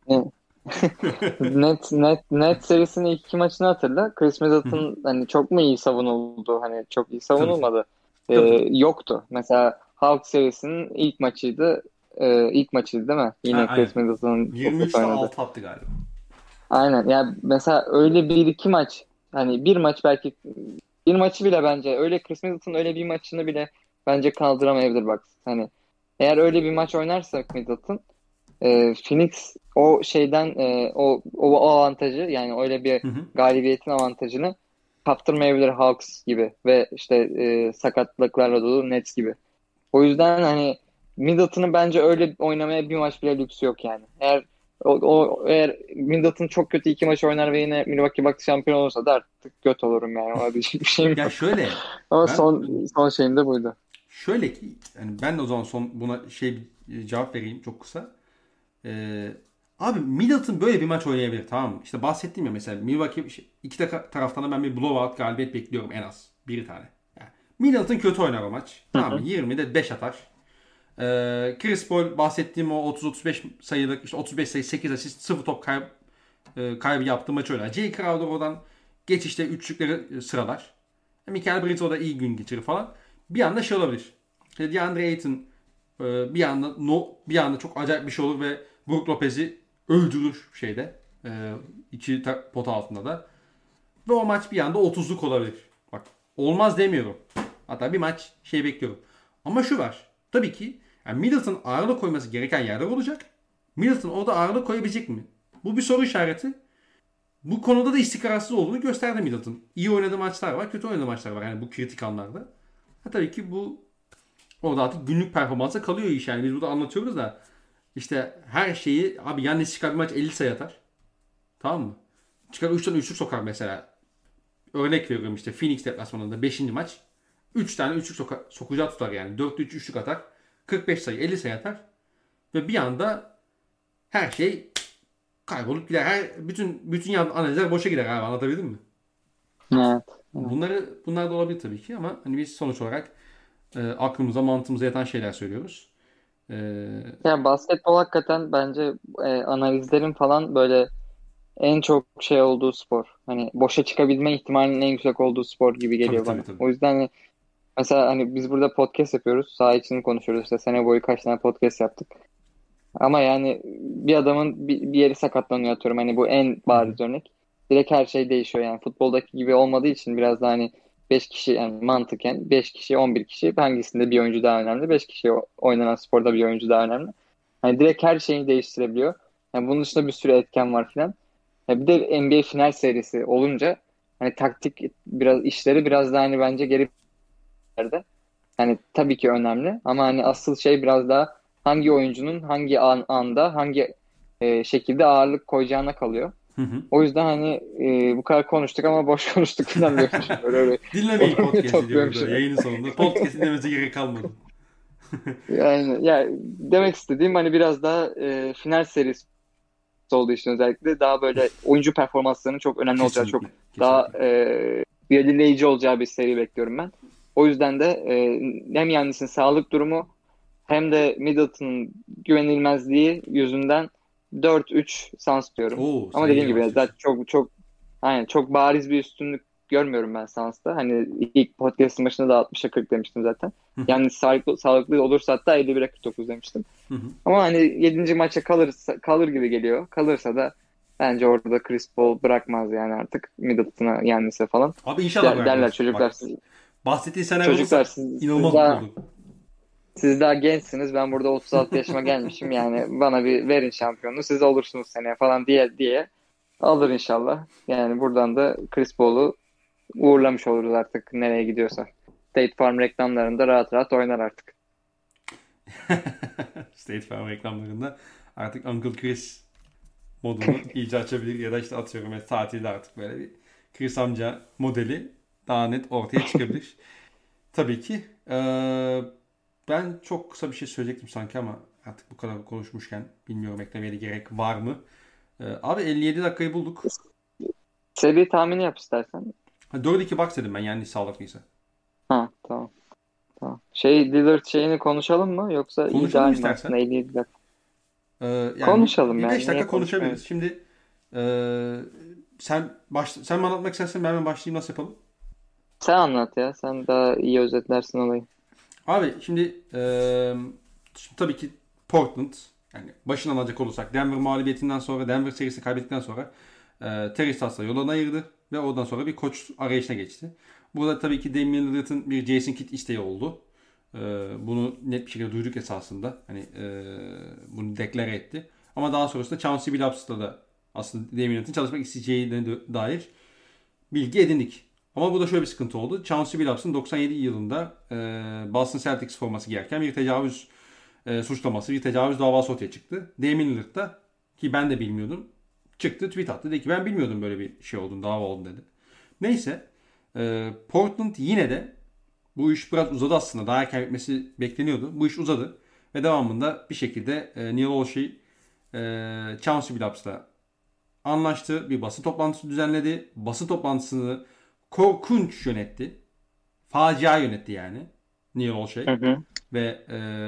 B: Net serisinin ilk iki maçını hatırla. Chris Middleton hani çok mu iyi savunuldu? Hani çok iyi savunulmadı. Yoktu. Mesela Hawks serisinin ilk maçıydı. İlk maçıydı değil mi? Yine Chris Middleton'ın
A: 23'te 6 attı galiba.
B: Aynen. Yani mesela öyle bir iki maç hani bir maç belki bir maçı bile bence öyle Chris Middleton öyle bir maçını bile bence kaldıramayabilir bak. Hani eğer öyle bir maç oynarsa Middleton Phoenix o şeyden o avantajı yani öyle bir galibiyetin avantajını kaptırmayabilir Hawks gibi ve işte sakatlıklarla dolu Nets gibi. O yüzden hani Middleton'ın bence öyle oynamaya bir maç bile lüksü yok yani. Eğer Middleton çok kötü iki maç oynar ve yine Milwaukee Bucks şampiyon olursa da artık göt olurum yani. Ona diyecek bir şeyim yok.
A: Ya şöyle.
B: Ama son şeyim de buydu.
A: Şöyle ki yani ben de o zaman buna cevap vereyim çok kısa. Abi Middleton böyle bir maç oynayabilir, tamam mı? İşte bahsettiğim ya mesela Milwaukee iki taraftan da ben bir blowout galibiyet bekliyorum en az. Bir tane. Yani Middleton kötü oynar o maç. Tamam mı? 20'de 5 atar. Chris Paul bahsettiğim o 30-35 sayılık işte 35 sayı 8 asist 0 top kaybı yaptığı maç oynar. Jay Crowder oradan geçişte üçlükleri sıralar. Michael Bridges o da iyi gün geçirir falan. Bir anda şey olabilir. İşte DeAndre Ayton bir anda çok acayip bir şey olur ve Brook Lopez'i öldürür iki pota altında da. Ve o maç bir anda 30'luk olabilir. Bak olmaz demiyorum. Hatta bir maç bekliyorum. Ama şu var. Tabii ki yani Middleton ağırlık koyması gereken yerler olacak. Middleton orada ağırlık koyabilecek mi? Bu bir soru işareti. Bu konuda da istikrarsız olduğunu gösterdi Middleton. İyi oynadığı maçlar var, kötü oynadığı maçlar var. Yani bu kritik anlarda. Tabii ki bu orada artık günlük performansa kalıyor iş yani. Biz burada anlatıyoruz da işte her şeyi abi Yannis çıkar bir maç 50 sayı atar. Tamam mı? Çıkar 3 tane üçlük sokar mesela. Örnek veriyorum işte Phoenix deplasmanında 5. maç. 3 tane üçlük sokacağı tutar yani. 4'lü 3 üçlük atar. 45 sayı 50 sayı atar. Ve bir anda her şey kaybolup gider. Bütün analizler boşa gider abi, anlatabildim mi?
B: Evet.
A: Bunlar da olabilir tabii ki ama hani biz sonuç olarak aklımıza mantığımıza yatan şeyler söylüyoruz.
B: Yani basketbol hakikaten bence analizlerin falan böyle en çok şey olduğu spor. Hani boşa çıkabilme ihtimalinin en yüksek olduğu spor gibi geliyor bana.
A: Tabii.
B: O yüzden hani, mesela hani biz burada podcast yapıyoruz. Saha içini konuşuyoruz. İşte sene boyu kaç tane podcast yaptık. Ama yani bir adamın bir yeri sakatlanıyor atıyorum. Hani bu en bariz örnek. Direkt her şey değişiyor yani. Futboldaki gibi olmadığı için biraz da hani 5 kişi yani mantıken 5 kişi 11 kişi hangisinde bir oyuncu daha önemli? 5 kişi oynanan sporda bir oyuncu daha önemli. Hani direkt her şeyi değiştirebiliyor. Yani bunun dışında bir sürü etken var filan. Bir de NBA final serisi olunca hani taktik işleri biraz daha hani bence geri yerde. Hani tabii ki önemli ama hani asıl şey biraz daha hangi oyuncunun hangi anda hangi şekilde ağırlık koyacağına kalıyor. O yüzden hani bu kadar konuştuk ama boş konuştuk falan diyormuşum. Öyle
A: Dinlemeyin podcast'i diyoruz yayının sonunda. Podcast dinlemenize gerek kalmadı.
B: Yani demek istediğim hani biraz daha final serisi olduğu için özellikle daha böyle oyuncu performanslarının çok önemli olacağı, çok daha belirleyici olacağı bir seri bekliyorum ben. O yüzden de hem Yannis'in sağlık durumu hem de Middleton'ın güvenilmezliği yüzünden 4-3 Suns diyorum. Ama dediğim gibi zaten çok bariz bir üstünlük görmüyorum ben Suns'ta. Hani ilk podcast'ın başında da 60'a 40 demiştim zaten. Yani sağlıklı olursa hatta 51'e 49 demiştim. Ama hani 7. maça kalır gibi geliyor. Kalırsa da bence orada Chris Paul bırakmaz yani artık Middleton'a yenmese falan.
A: Abi inşallah
B: Derler
A: bırakmaz.
B: çocuklar
A: Bak, bahsettiğin senaryo
B: çocuklar
A: olursa inanılmaz mutlu olur.
B: siz daha gençsiniz. Ben burada 36 yaşıma gelmişim. Yani bana bir verin şampiyonluğu. Siz olursunuz seneye falan diye alır inşallah. Yani buradan da Chris Paul'u uğurlamış oluruz artık nereye gidiyorsa. State Farm reklamlarında rahat rahat oynar artık.
A: State Farm reklamlarında artık Uncle Chris modunu iyice açabilir ya da işte atıyorum tatilde artık böyle bir Chris amca modeli daha net ortaya çıkabilir. Tabii ki. Ben çok kısa bir şey söyleyecektim sanki ama artık bu kadar konuşmuşken bilmiyorum eklemeye gerek var mı? Abi 57 dakikayı bulduk.
B: Seviye tahmini yap istersen.
A: 4-2 Bucks dedim ben yani sağlıklıysa.
B: Ha, tamam. Tamam. Lillard şeyini konuşalım mı yoksa
A: Konuşalım
B: ideal mi
A: istersen.
B: aslında 57 dakika?
A: Yani
B: Konuşalım
A: bir 5
B: yani.
A: dakika konuşabiliriz. Şimdi sen mi anlatmak istersen ben mi başlayayım, nasıl yapalım?
B: Sen anlat ya. Sen daha iyi özetlersin olayı.
A: Abi şimdi tabii ki Portland, yani başına alacak olursak Denver mağlubiyetinden sonra, Denver serisini kaybettikten sonra Terry Stotts'la yolunu ayırdı ve oradan sonra bir koç arayışına geçti. Burada tabii ki Damian Lillard'ın bir Jason Kidd isteği oldu. Bunu net bir şekilde duyduk esasında. Hani bunu deklare etti. Ama daha sonrasında Chauncey Billups'la da aslında Damian Lillard'ın çalışmak isteyeceğine dair bilgi edindik. Ama burada şöyle bir sıkıntı oldu. Chauncey Billups'ın 97 yılında Boston Celtics forması giyerken bir tecavüz suçlaması, bir tecavüz davası ortaya çıktı. Damian Lillard da, ki ben de bilmiyordum, çıktı tweet attı. Dedi ki ben bilmiyordum böyle bir şey olduğunu, dava olduğunu dedi. Neyse Portland yine de bu iş biraz uzadı aslında. Daha erken bitmesi bekleniyordu. Bu iş uzadı. Ve devamında bir şekilde Neil Olshey Chauncey Billups'la anlaştı. Bir basın toplantısı düzenledi. Basın toplantısını korkunç yönetti. Facia yönetti yani. Neil Olshey.
B: Hı hı.
A: Ve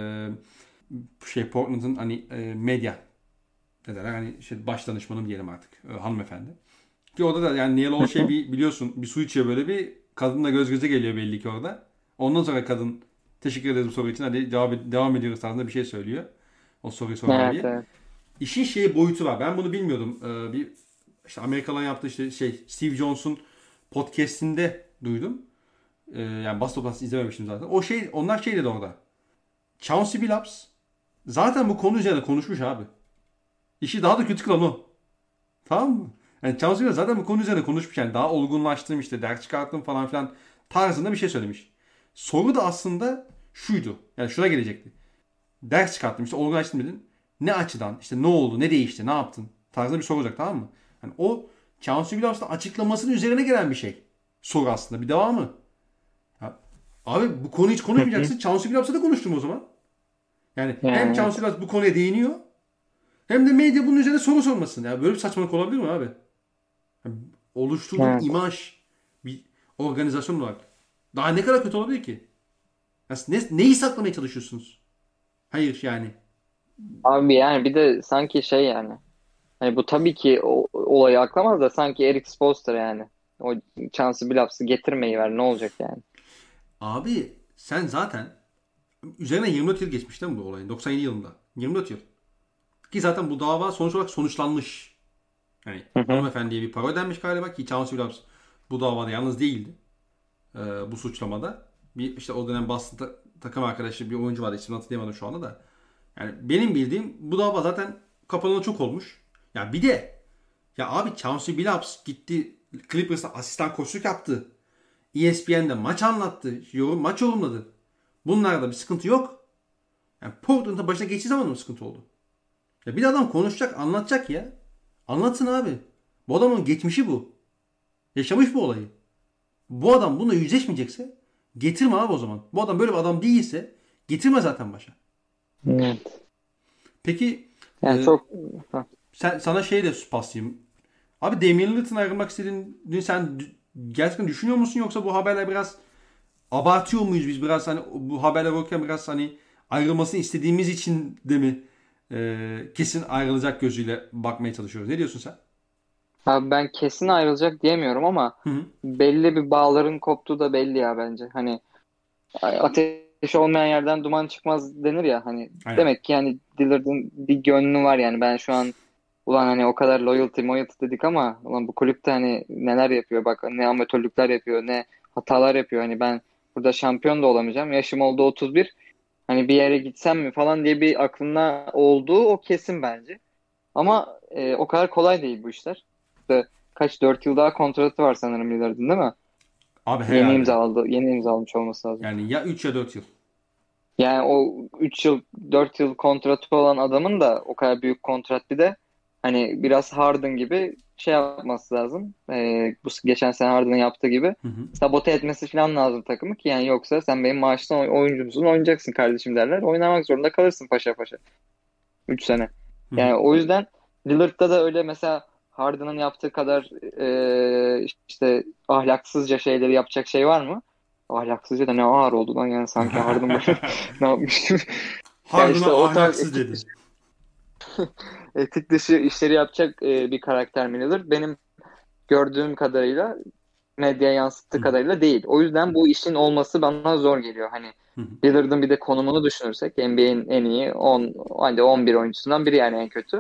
A: Portland'ın hani medya ne derler, hani baş danışmanı diyelim artık, hanımefendi. Ki orada da yani Neil Olshey biliyorsun bir su içiyor, böyle bir kadınla göz göze geliyor belli ki orada. Ondan sonra kadın teşekkür ederiz bu soru için, hadi devam ediyoruz tarzında bir şey söylüyor. O soruyu soran
B: Evet,
A: diye.
B: evet.
A: İşin boyutu var. Ben bunu bilmiyordum. Bir işte Amerikalı'nın yaptığı Steve Jobs'un podcast'inde duydum. Yani basın toplantısını izlememiştim zaten. Onlar dedi orada. Chauncey Billups zaten bu konu üzerine konuşmuş abi. İşi daha da kötü kılan o. Tamam mı? Yani Chauncey Billups zaten bu konu üzerine konuşmuş. Yani daha olgunlaştım, işte ders çıkarttım falan filan tarzında bir şey söylemiş. Soru da aslında şuydu. Yani şuna gelecekti. Ders çıkarttım, işte olgunlaştım dedin. Ne açıdan? İşte ne oldu? Ne değişti? Ne yaptın? Tarzında bir soru olacak, tamam mı? Yani o Chauncey Billups'ın açıklamasının üzerine gelen bir şey. Soru aslında. Bir devamı. Ya, abi bu konuyu hiç konuşmayacaksın. Chauncey Billups'la da konuştum o zaman. Yani hem
B: Yani,
A: Chauncey Billups bu konuya değiniyor, hem de medya bunun üzerine soru sormasın. Ya böyle bir saçmalık olabilir mi abi? Yani oluşturduğun
B: evet.
A: imaj bir organizasyon olarak daha ne kadar kötü olabilir ki? Ya neyi saklamaya çalışıyorsunuz? Hayır yani.
B: Abi yani bir de sanki yani. Hani bu tabii ki olayı aklamaz da sanki Eric Spoelstra yani. O Chauncey Billups'ı getirmeyi ver ne olacak yani.
A: Abi sen zaten üzerine 24 yıl geçmiş değil mi bu olayın? 97 yılında. 24 yıl. Ki zaten bu dava sonuç olarak sonuçlanmış. Yani
B: Hı hı.
A: hanımefendiye bir para ödenmiş galiba, ki Chauncey Billups bu davada yalnız değildi. Bu suçlamada. Bir işte o dönem Boston takım arkadaşı bir oyuncu vardı. İsmini hatırlayamadım şu anda da. Yani benim bildiğim bu dava zaten kapanalı çok olmuş. Ya bir de ya abi Chauncey Billups gitti Clippers'ta asistan koçluk yaptı. ESPN'de maç anlattı. Maç yorumladı. Bunlarda bir sıkıntı yok. Yani Portland'ın başına geçtiği zaman mı sıkıntı oldu? Ya bir adam konuşacak, anlatacak ya. Anlatsın abi. Bu adamın geçmişi bu. Yaşamış bu olayı. Bu adam bununla yüzleşmeyecekse getirme abi o zaman. Bu adam böyle bir adam değilse getirme zaten başa.
B: Evet.
A: Peki
B: Yani
A: e,
B: çok
A: sana de paslayayım. Abi Damian Lillard'ın ayrılmak istediğini sen gerçekten düşünüyor musun, yoksa bu haberler biraz abartıyor muyuz biz, biraz hani bu haberler okurken biraz hani ayrılmasını istediğimiz için de mi kesin ayrılacak gözüyle bakmaya çalışıyoruz? Ne diyorsun sen?
B: Abi ben kesin ayrılacak diyemiyorum ama
A: Hı hı.
B: belli bir bağların koptuğu da belli ya bence. Hani ateş olmayan yerden duman çıkmaz denir ya, hani
A: Aynen.
B: demek ki yani Dillard'ın bir gönlü var yani. Ben şu an ulan hani o kadar loyalty dedik ama ulan bu kulüpte hani neler yapıyor, bak ne amatörlükler yapıyor, ne hatalar yapıyor. Hani ben burada şampiyon da olamayacağım, yaşım oldu 31, hani bir yere gitsem mi falan diye bir aklına olduğu o kesin bence. Ama o kadar kolay değil bu işler. İşte kaç, 4 yıl daha kontratı var sanırım Lillard'ın, değil mi?
A: Abi
B: Yeni
A: herhalde.
B: imzaladı. Yeni imzalamış olması lazım.
A: Yani ya 3 ya 4 yıl.
B: Yani o 3 yıl 4 yıl kontratı olan adamın da o kadar büyük kontrat, bir de hani biraz Harden gibi şey yapması lazım. Bu geçen sene Harden'ın yaptığı gibi
A: Hı hı.
B: sabote etmesi falan lazım takımı ki, yani yoksa sen benim maaştan oyuncumsun, oynayacaksın kardeşim derler. Oynamak zorunda kalırsın paşa paşa. 3 sene.
A: Hı hı.
B: Yani o yüzden Lillard'da da öyle mesela Harden'ın yaptığı kadar işte ahlaksızca şeyleri yapacak şey var mı? Ahlaksızca da ne ağır oldu lan, yani sanki Harden böyle ne yapmış gibi. Ya
A: Harden'a
B: işte o tarz
A: ahlaksız dedi.
B: etik dışı işleri yapacak bir karakter mi Lillard? Benim gördüğüm kadarıyla, medya
A: Hı
B: yansıttığı
A: hı.
B: kadarıyla değil. O yüzden bu işin olması bana zor geliyor. Hani
A: Hı hı.
B: Lillard'ın bir de konumunu düşünürsek NBA'in en iyi 10, hadi 11 oyuncusundan biri yani en kötü.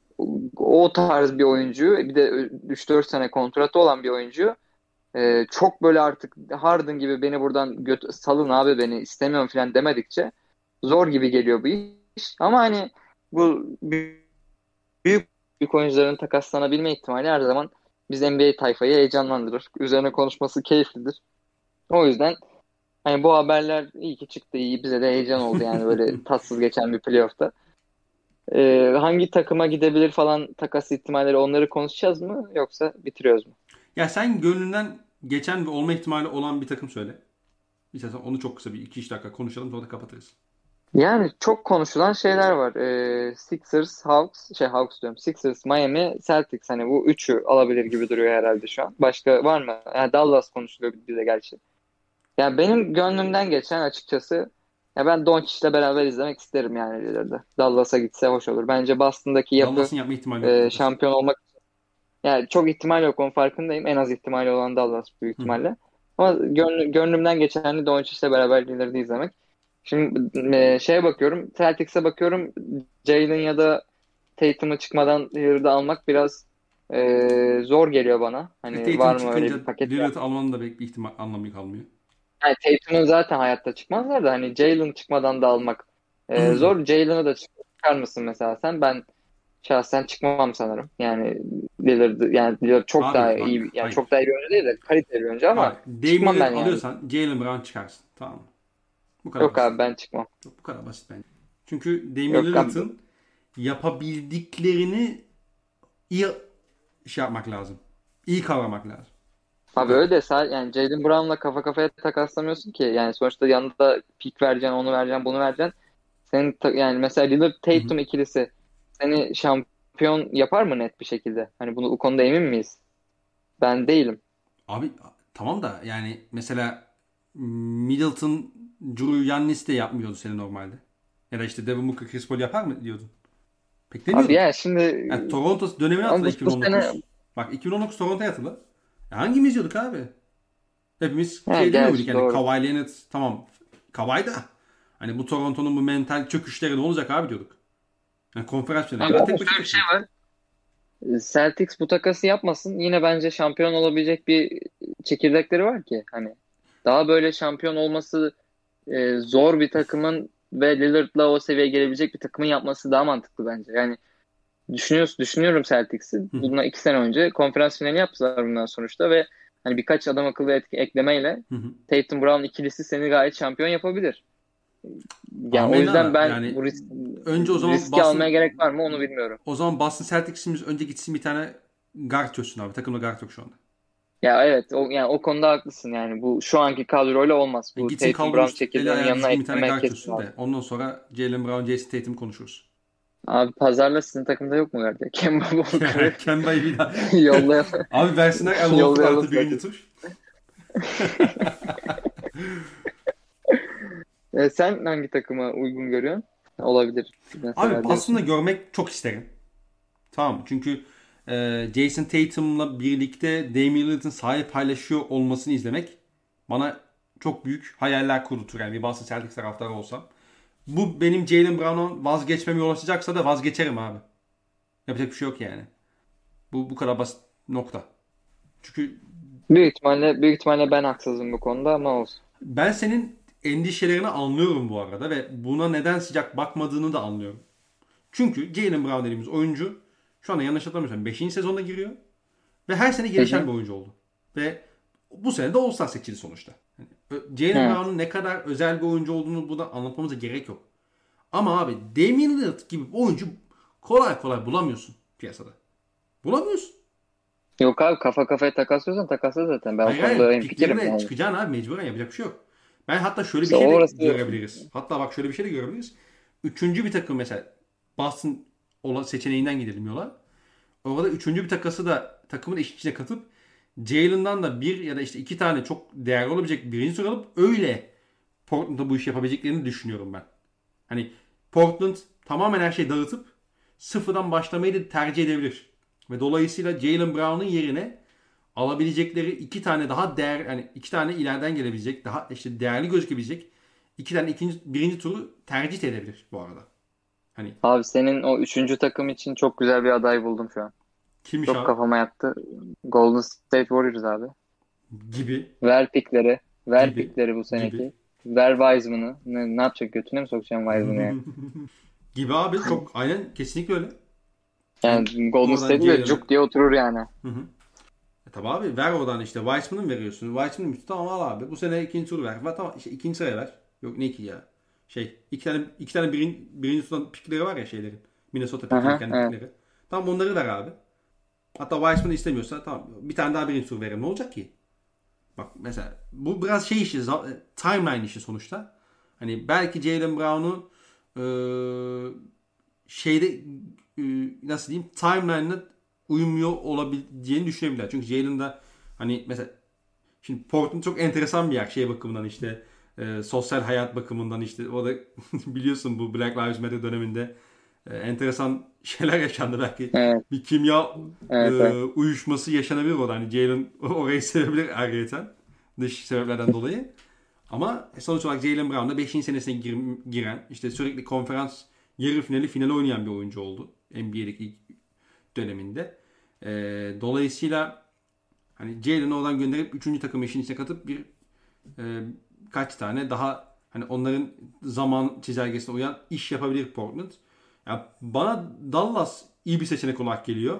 B: O tarz bir oyuncuyu, bir de 3-4 sene kontratı olan bir oyuncuyu çok böyle artık Harden gibi beni buradan salın abi, beni istemiyorum falan demedikçe zor gibi geliyor bu iş. Ama hani bu büyük büyük oyuncuların takaslanabilme ihtimali her zaman biz NBA tayfayı heyecanlandırır. Üzerine konuşması keyiflidir. O yüzden hani bu haberler iyi ki çıktı, iyi, bize de heyecan oldu yani, böyle tatsız geçen bir playoff'ta. Hangi takıma gidebilir falan, takas ihtimalleri, onları konuşacağız mı yoksa bitiriyoruz mu?
A: Ya sen gönlünden geçen ve olma ihtimali olan bir takım söyle. İstersen onu çok kısa bir 2-3 dakika konuşalım sonra da kapatırız.
B: Yani çok konuşulan şeyler var. Sixers, Hawks diyorum. Sixers, Miami, Celtics, hani bu üçü alabilir gibi duruyor herhalde şu an. Başka var mı? Yani Dallas konuşuluyor bir de gerçi. Ya benim gönlümden geçen açıkçası, ya ben Doncic'le beraber izlemek isterim yani ileride. Dallas'a gitse hoş olur. Bence Boston'daki yapı
A: Dallas'ın yapma ihtimali yok takas.
B: şampiyon olmak, yani çok ihtimal yok, onun farkındayım. En az ihtimali olan Dallas büyük
A: Hı hı.
B: ihtimalle. Ama gönlümden geçen de Doncic'le beraber ileride izlemek. Şimdi şeye bakıyorum, Celtics'e bakıyorum. Jalen ya da Tatum'u çıkmadan Lillard'ı almak biraz zor geliyor bana. Hani
A: Tatum
B: var mı öyle
A: çıkınca
B: bir paket?
A: Lillard'ı almanın da pek bir ihtimal anlamı kalmıyor.
B: Yani Tatum'un zaten hayatta çıkmazlar da hani Jalen çıkmadan da almak zor. Jalen'ı da çıkar mısın mesela sen? Ben şahsen çıkmam sanırım. Yani Lillard çok
A: Abi
B: daha
A: bak
B: iyi, yani çok
A: hayır.
B: daha iyi bir oyuncu değil de kaliteli bir oyuncu, ama
A: Abi Damian
B: çıkmam
A: Lillard
B: ben yani.
A: alıyorsan Jaylen Brown çıkarsın. Tamam mı? Bu kadar
B: Yok
A: basit.
B: abi, ben çıkmam.
A: Bu kadar basit bence. Çünkü Damian
B: Yok abi.
A: Lillard'ın yapabildiklerini iyi şey yapmak lazım. İyi kavramak lazım. Bu
B: Abi
A: kadar.
B: öyle de yani Jaylen Brown'la kafa kafaya takaslamıyorsun ki. Yani sonuçta yanında pick vereceksin, onu vereceksin, bunu vereceksin. Senin yani mesela Lillard
A: Hı hı.
B: Tatum ikilisi seni şampiyon yapar mı net bir şekilde? Hani bu konuda emin miyiz? Ben değilim.
A: Abi tamam da yani mesela Middleton, Drew Yannis de yapmıyordu seni normalde. Ya da işte Devin Booker, Chris Paul yapar mı diyordun. Pek
B: Abi
A: demiyorduk.
B: yani şimdi
A: Yani Toronto dönemini
B: ama
A: hatırla
B: bu sene
A: 2019. Bak 2019 Toronto'yu hatırla. Ya hangimiz izliyorduk abi? Hepimiz
B: yani
A: şey demiyor muyduk
B: gerçi
A: yani
B: doğru.
A: Kawhi Leonard tamam. Kawhi da hani bu Toronto'nun bu mental çöküşleri ne olacak abi diyorduk. Yani konferans finaline
B: Abi
A: kadar
B: ama
A: tek başına
B: şöyle bir şey
A: taşıdı.
B: var. Celtics bu takası yapmasın, yine bence şampiyon olabilecek bir çekirdekleri var ki, hani daha böyle şampiyon olması zor bir takımın ve Lillard'la o seviyeye gelebilecek bir takımın yapması daha mantıklı bence. Yani düşünüyorum Celtics'i.
A: Hı hı.
B: Bundan 2 sene önce konferans finali yaptılar bundan sonuçta ve hani birkaç adam akıllı eklemeyle
A: Hı hı.
B: Tatum Brown ikilisi seni gayet şampiyon yapabilir. Yani o yüzden
A: Amenna
B: ben
A: yani
B: bu
A: önce o zaman
B: riski almaya
A: Boston
B: gerek var mı onu bilmiyorum.
A: Boston Celtics'imiz önce gitsin bir tane guard çözsün abi. Takımda guard yok şu anda.
B: Ya evet, o konuda haklısın, yani bu şu anki kadroyla olmaz. Bu
A: Gitsin
B: Tatum
A: Caldwell
B: Brown
A: Post eli
B: çekirdeğinin
A: ayağı
B: yanına
A: düzgün bir tane
B: eklemek
A: guard
B: kesin
A: çözsün
B: lazım.
A: de ondan sonra Jaylen Brown, Jason Tatum konuşuruz.
B: Abi pazarla, sizin takımda yok mu verdi? Kemba Walker'ı
A: Kemba'yı bir daha
B: yollayalım.
A: abi versinler Al Horford
B: Yollayalım
A: artı birinci
B: zaten.
A: tur.
B: Sen hangi takıma uygun görüyorsun? Olabilir.
A: Abi
B: Mesela
A: Boston'da
B: diyorsun.
A: görmek çok isterim. Tamam mı? Çünkü Jason Tatum'la birlikte Damian Lillard'ın sahayı paylaşıyor olmasını izlemek bana çok büyük hayaller kurdurtur. Yani bir Boston Celtics taraftarı olsam. Bu benim Jaylen Brown'dan vazgeçmeme yol açacaksa da vazgeçerim abi. Yapacak bir şey yok yani. Bu kadar basit nokta. Çünkü
B: Büyük ihtimalle ben haksızım bu konuda ama olsun.
A: ben senin endişelerini anlıyorum bu arada ve buna neden sıcak bakmadığını da anlıyorum. Çünkü Jaylen Brown dediğimiz oyuncu şu anda yanlış hatırlamıyorsam 5. sezonda giriyor ve her sene gelişen bir oyuncu oldu. Ve bu sene de All-Star seçildi sonuçta. Yani Jaylen Brown'un ne kadar özel bir oyuncu olduğunu burada anlatmamıza gerek yok. Ama abi Damian Lillard gibi bir oyuncu kolay kolay bulamıyorsun piyasada. Bulamıyorsun.
B: Yok abi, kafa kafaya takaslıyorsan takasla zaten. Ben o konuda hemfikirim yani.
A: Çıkacaksın abi, mecburen yapacak bir şey yok. Ben hatta şöyle bir
B: İşte
A: şey de
B: orası
A: görebiliriz. Hatta bak şöyle bir şey de görebiliriz. Üçüncü bir takım mesela Boston seçeneğinden gidelim yola. Orada üçüncü bir takımın işin içine katıp Jalen'dan da bir ya da işte iki tane çok değerli olabilecek birinci tur alıp öyle Portland'da bu işi yapabileceklerini düşünüyorum ben. Hani Portland tamamen her şeyi dağıtıp sıfırdan başlamayı da tercih edebilir. Ve dolayısıyla Jaylen Brown'un yerine alabilecekleri iki tane daha yani iki tane ileriden gelebilecek, daha işte değerli gözükebilecek iki tane birinci turu tercih edebilir bu arada. Hani
B: abi, senin o üçüncü takım için çok güzel bir aday buldum şu an.
A: kimmiş
B: Çok
A: abi?
B: kafama yattı. Golden State Warriors abi.
A: Gibi.
B: Ver pikleri. Ver
A: Gibi.
B: pikleri bu seneki.
A: Gibi.
B: Ver Wiseman'ı. Ne yapacak? Götüne mi sokacağım Wiseman'ı yani?
A: Gibi abi, çok aynen kesinlikle öyle.
B: Yani Golden State'de de cuk diye oturur yani.
A: Tabii abi, ver oradan işte Wiseman'ı veriyorsun. Wiseman'ı mı? Tamam, al abi. Bu sene ikinci tur ver. Tamam işte ikinci sıraya ver. Yok ne iki ya. İki tane birinci turdan pikleri var ya şeylerin. Minnesota pikleri, kendi
B: Evet.
A: pikleri. Tamam, onları ver abi. Hatta Wiseman'ı istemiyorsa tamam bir tane daha birinci tur verelim. Ne olacak ki? Bak mesela bu biraz şey işi, timeline işi sonuçta. Hani belki Jaylen Brown'u nasıl diyeyim, timeline'la uyumuyor olabileceğini düşünebilirler. Çünkü Jalen'da hani mesela şimdi Portland çok enteresan bir yer şey bakımından, işte sosyal hayat bakımından, işte o da biliyorsun bu Black Lives Matter döneminde enteresan şeyler yaşandı belki.
B: Evet.
A: Bir kimya
B: Evet.
A: uyuşması yaşanabilir orada. Hani Jalen orayı sevebilir ayrıyeten. Dış sebeplerden dolayı. Ama sonuç olarak Jaylen Brown da 5. senesine giren, işte sürekli konferans yarı finali oynayan bir oyuncu oldu. NBA'deki ilk döneminde. Dolayısıyla hani Jaylen'i oradan gönderip 3. takım işin içine katıp kaç tane daha hani onların zaman çizelgesine uyan iş yapabilir Portland. Yani bana Dallas iyi bir seçenek olarak geliyor.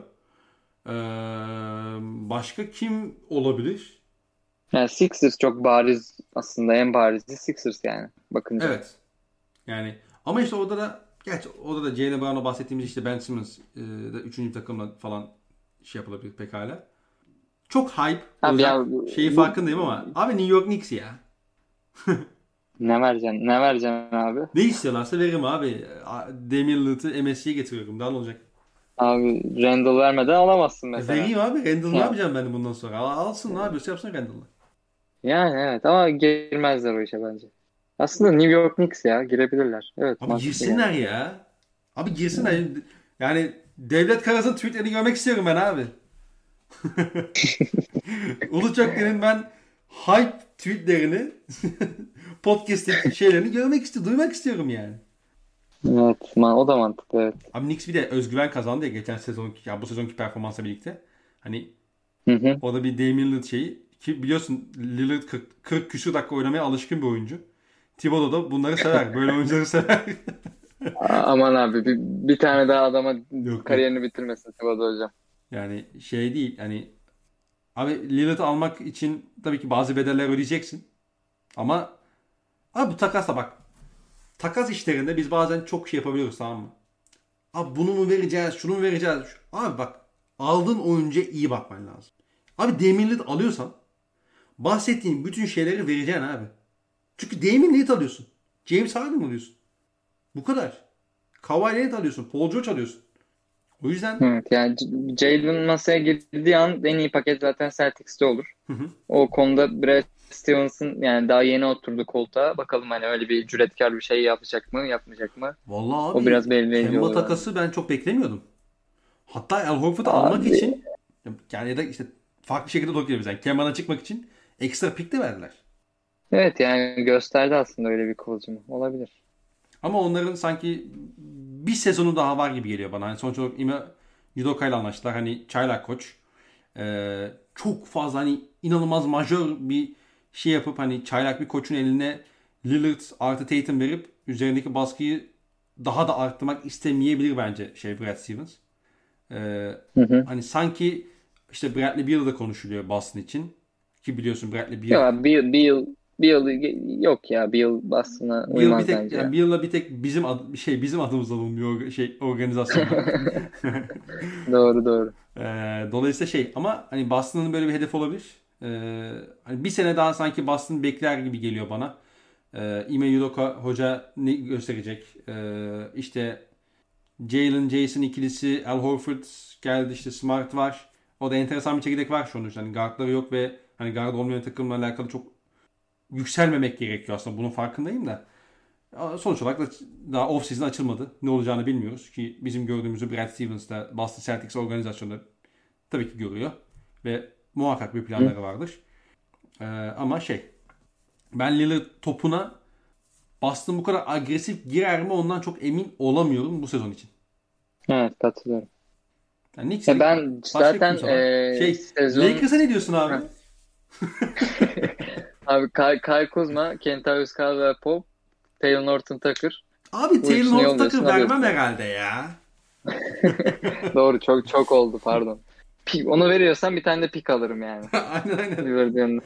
A: Başka kim olabilir?
B: Yani Sixers çok bariz, aslında en barizi Sixers yani bakınca.
A: Evet. Yani ama işte orada da Jaylen Brown'a bahsettiğimiz işte Ben Simmons da 3. takımla falan şey yapılabilir pekala. Çok hype
B: Abi
A: olacak.
B: ya,
A: Şeyi farkındayım ama abi New York Knicks ya.
B: ne vereceksin abi?
A: Ne istiyorlarsa veririm abi. Damian Lillard'ı MSG'ye getiriyorum. Daha ne olacak?
B: Abi Randall vermeden alamazsın mesela.
A: Vereyim abi. Randall ne
B: Ya,
A: yapacağım ben bundan sonra? Alsın, ne yapıyorsa yapsın Randall'ı.
B: yani evet ama girmezler o işe bence. Aslında New York Knicks ya, girebilirler. Evet,
A: Abi
B: mantıklı
A: girsinler
B: geldi.
A: ya. Abi girsinler. Yani Devlet Karas'ın tweetlerini görmek istiyorum ben abi. Ulu Çaklı'nın ben hype tweetlerini podcast'teki şeylerini duymak istiyorum yani.
B: Evet, o da mantıklı, evet.
A: Abi Knicks bir de özgüven kazandı ya geçen sezonki, ya bu sezonki performansla birlikte. Hani
B: Hı hı.
A: o da bir Damian Lillard şeyi ki biliyorsun Lillard 40 küsur dakika oynamaya alışkın bir oyuncu. Thibodeau da bunları sever. Böyle oyuncuları sever.
B: Aman abi, bir tane daha adama
A: Yok yok.
B: kariyerini bitirmesin Thibodeau hocam.
A: Yani şey değil. Hani abi Lillard'ı almak için tabii ki bazı bedeller ödeyeceksin. Ama abi bu takasla bak. Takas işlerinde biz bazen çok şey yapabiliyoruz, tamam mı? Abi bunu mu vereceğiz, şunu mu vereceğiz? Abi bak, aldığın oyuncuya iyi bakman lazım. Abi Damian Lillard alıyorsan bahsettiğin bütün şeyleri vereceksin abi. Çünkü Damian Lillard alıyorsun. James Harden alıyorsun. Bu kadar. Kawhi Leonard alıyorsun. Paul George alıyorsun. O yüzden
B: Evet, yani Jalen masaya girdiği an en iyi paket zaten Celtics'te olur. O konuda Brad Stevens'ın yani daha yeni oturdu koltuğa. Bakalım hani öyle bir cüretkar bir şey yapacak mı, yapmayacak mı?
A: vallahi
B: O biraz
A: abi
B: belirleyici
A: Kemba
B: olur bence.
A: takası ben çok beklemiyordum. Hatta Al Horford'u almak için yani ya da işte farklı şekilde dokuyabiliriz. Yani Kemba'dan çıkmak için ekstra pick de verdiler.
B: Evet yani gösterdi aslında öyle bir kıvılcımı. Olabilir.
A: Ama onların sanki bir sezonu daha var gibi geliyor bana. Hani sonuç olarak Ime Udoka ile anlaştılar. Hani çaylak koç. Çok fazla hani inanılmaz majör bir şey yapıp hani çaylak bir koçun eline Lillard artı Tatum verip üzerindeki baskıyı daha da arttırmak istemeyebilir bence Brad Stevens. Ee,
B: Hı hı.
A: Hani sanki işte Bradley Beal da konuşuluyor Boston için. Ki biliyorsun Bradley Beal.
B: Ya bir yıl yok ya. Bir yıl Boston'a
A: Beal bir
B: uymaz
A: tek
B: bence
A: yani
B: ya.
A: Beal'la bir tek bizim adımız alınmıyor organizasyonda.
B: Doğru doğru.
A: Dolayısıyla ama hani Boston'ın böyle bir hedef olabilir. Hani bir sene daha sanki Boston bekler gibi geliyor bana. Ime Udoka hoca ne gösterecek? İşte Jalen Jason ikilisi, Al Horford geldi, işte Smart var. O da enteresan bir çekirdek var şu an. Hani guardları yok ve hani guard olmayan takımla alakalı çok yükselmemek gerekiyor aslında. Bunun farkındayım da. Sonuç olarak da daha off-season açılmadı. Ne olacağını bilmiyoruz ki bizim gördüğümüzü Brad Stevens da Boston Celtics organizasyonunda tabii ki görüyor. Ve muhakkak bir
B: Hı.
A: planları vardır. Ama ben Lillard topuna Boston bu kadar agresif girer mi ondan çok emin olamıyorum bu sezon için.
B: Evet katılıyorum.
A: Yani Knicks
B: Ya
A: dedik,
B: ben
A: başka kim
B: zaten
A: sana?
B: sezon
A: Lakers'a ne diyorsun abi?
B: Heh. Abi Kyle Kuzma, Kentavious Caldwell-Pope, Taylor Norton Tucker.
A: Abi
B: Bu
A: Taylor
B: üçünü
A: Horton
B: yolluyorsun
A: Tucker vermem
B: alıyorsun.
A: herhalde ya.
B: Doğru çok çok oldu pardon. Onu veriyorsan bir tane de pik alırım yani.
A: Aynen aynen.
B: Lillard'ın.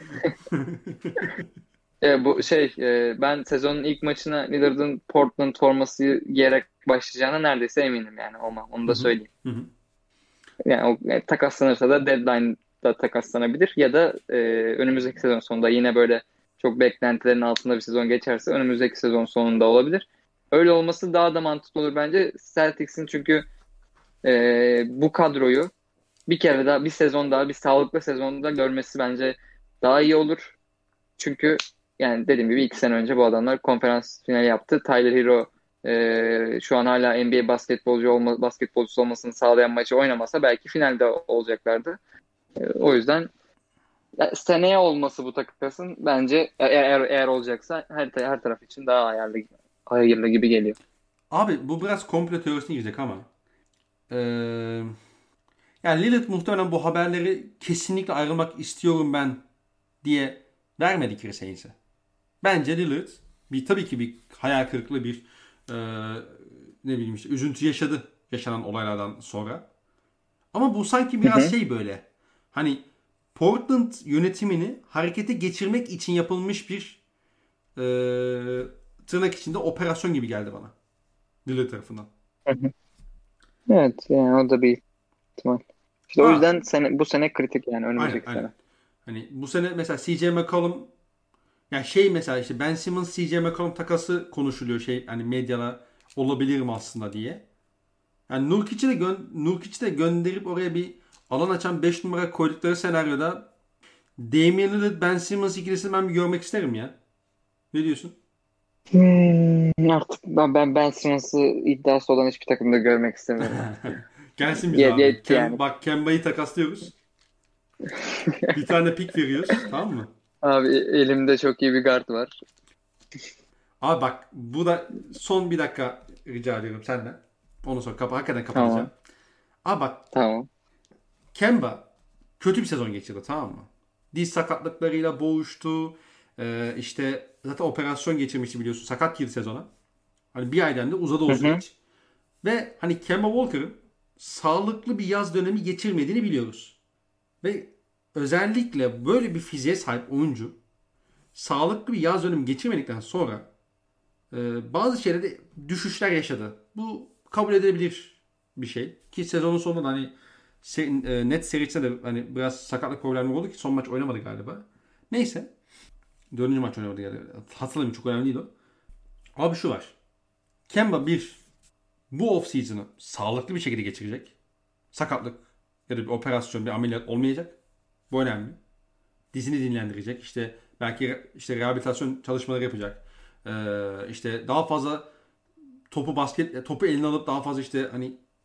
B: Ben sezonun ilk maçına Lillard'ın Portland forması giyerek başlayacağına neredeyse eminim yani onu
A: Hı
B: da
A: hı.
B: söyleyeyim.
A: Hı hı.
B: Yani takaslanırsa da deadline'da takaslanabilir ya da önümüzdeki sezon sonunda yine böyle çok beklentilerin altında bir sezon geçerse önümüzdeki sezon sonunda olabilir. Öyle olması daha da mantıklı olur bence. Celtics'in çünkü bu kadroyu bir kere daha bir sezon daha bir sağlıklı sezonda görmesi bence daha iyi olur. Çünkü yani dediğim gibi 2 sene önce bu adamlar konferans finali yaptı. Tyler Hero şu an hala NBA basketbolcusu olmasını sağlayan maçı oynamasa belki finalde olacaklardı. O yüzden seneye olması bu takasın bence eğer olacaksa her taraf için daha hayırlı gibi geliyor.
A: Abi bu biraz komplo teorisine girecek ama eee yani Lillard muhtemelen bu haberleri kesinlikle ayrılmak istiyorum ben diye vermedi Chris Haynes'e. Bence Lillard tabii ki bir hayal kırıklığı bir ne bileyim işte üzüntü yaşadı yaşanan olaylardan sonra. Ama bu sanki
B: Hı
A: biraz
B: hı.
A: böyle. Hani Portland yönetimini harekete geçirmek için yapılmış bir tırnak içinde operasyon gibi geldi bana. Lillard tarafından.
B: Hı hı. Evet yani o da bir ihtimal. İşte o
A: Ha,
B: yüzden bu sene kritik yani
A: aynen
B: önümüzdeki
A: aynen.
B: sene.
A: Hani bu sene mesela CJ McCollum yani mesela işte Ben Simmons CJ McCollum takası konuşuluyor hani medyada olabilir mi aslında diye. Yani Nurkic'i de gönderip oraya bir alan açan 5 numara koydukları senaryoda Damian Lillard Ben Simmons ikilisini ben bir görmek isterim ya. Ne diyorsun?
B: Artık Ben Simmons'ı iddiası olan hiçbir takımda görmek istemiyorum artık ya.
A: Gelsin bize abi.
B: Yetti yani.
A: Bak Kemba'yı takaslıyoruz. Bir tane pik veriyoruz. Tamam mı?
B: Abi elimde çok iyi bir guard var.
A: Abi bak bu da son bir dakika rica ediyorum senden. Ondan sonra hakikaten kapatacağım.
B: Tamam.
A: Abi bak
B: Tamam.
A: Kemba kötü bir sezon geçirdi, tamam mı? Diz sakatlıklarıyla boğuştu. İşte zaten operasyon geçirmişti biliyorsun. Sakat girdi sezona. Hani bir aydan da uzadı
B: Hı
A: o
B: hı.
A: süreç. Ve hani Kemba Walker'ın sağlıklı bir yaz dönemi geçirmediğini biliyoruz. Ve özellikle böyle bir fiziğe sahip oyuncu sağlıklı bir yaz dönemi geçirmedikten sonra bazı şeylerde düşüşler yaşadı. Bu kabul edilebilir bir şey. Ki sezonun sonunda hani net serisinde de hani biraz sakatlık problemleri oldu ki son maç oynamadı galiba. Neyse. Dördüncü maç oynamadı galiba. Hatırlamıyorum, çok önemli değil o. Abi şu var. Kemba bu off season'ı sağlıklı bir şekilde geçirecek. Sakatlık ya da bir operasyon, bir ameliyat olmayacak. Bu önemli. Dizini dinlendirecek. İşte belki işte rehabilitasyon çalışmaları yapacak. İşte daha fazla topu eline alıp daha fazla işte hani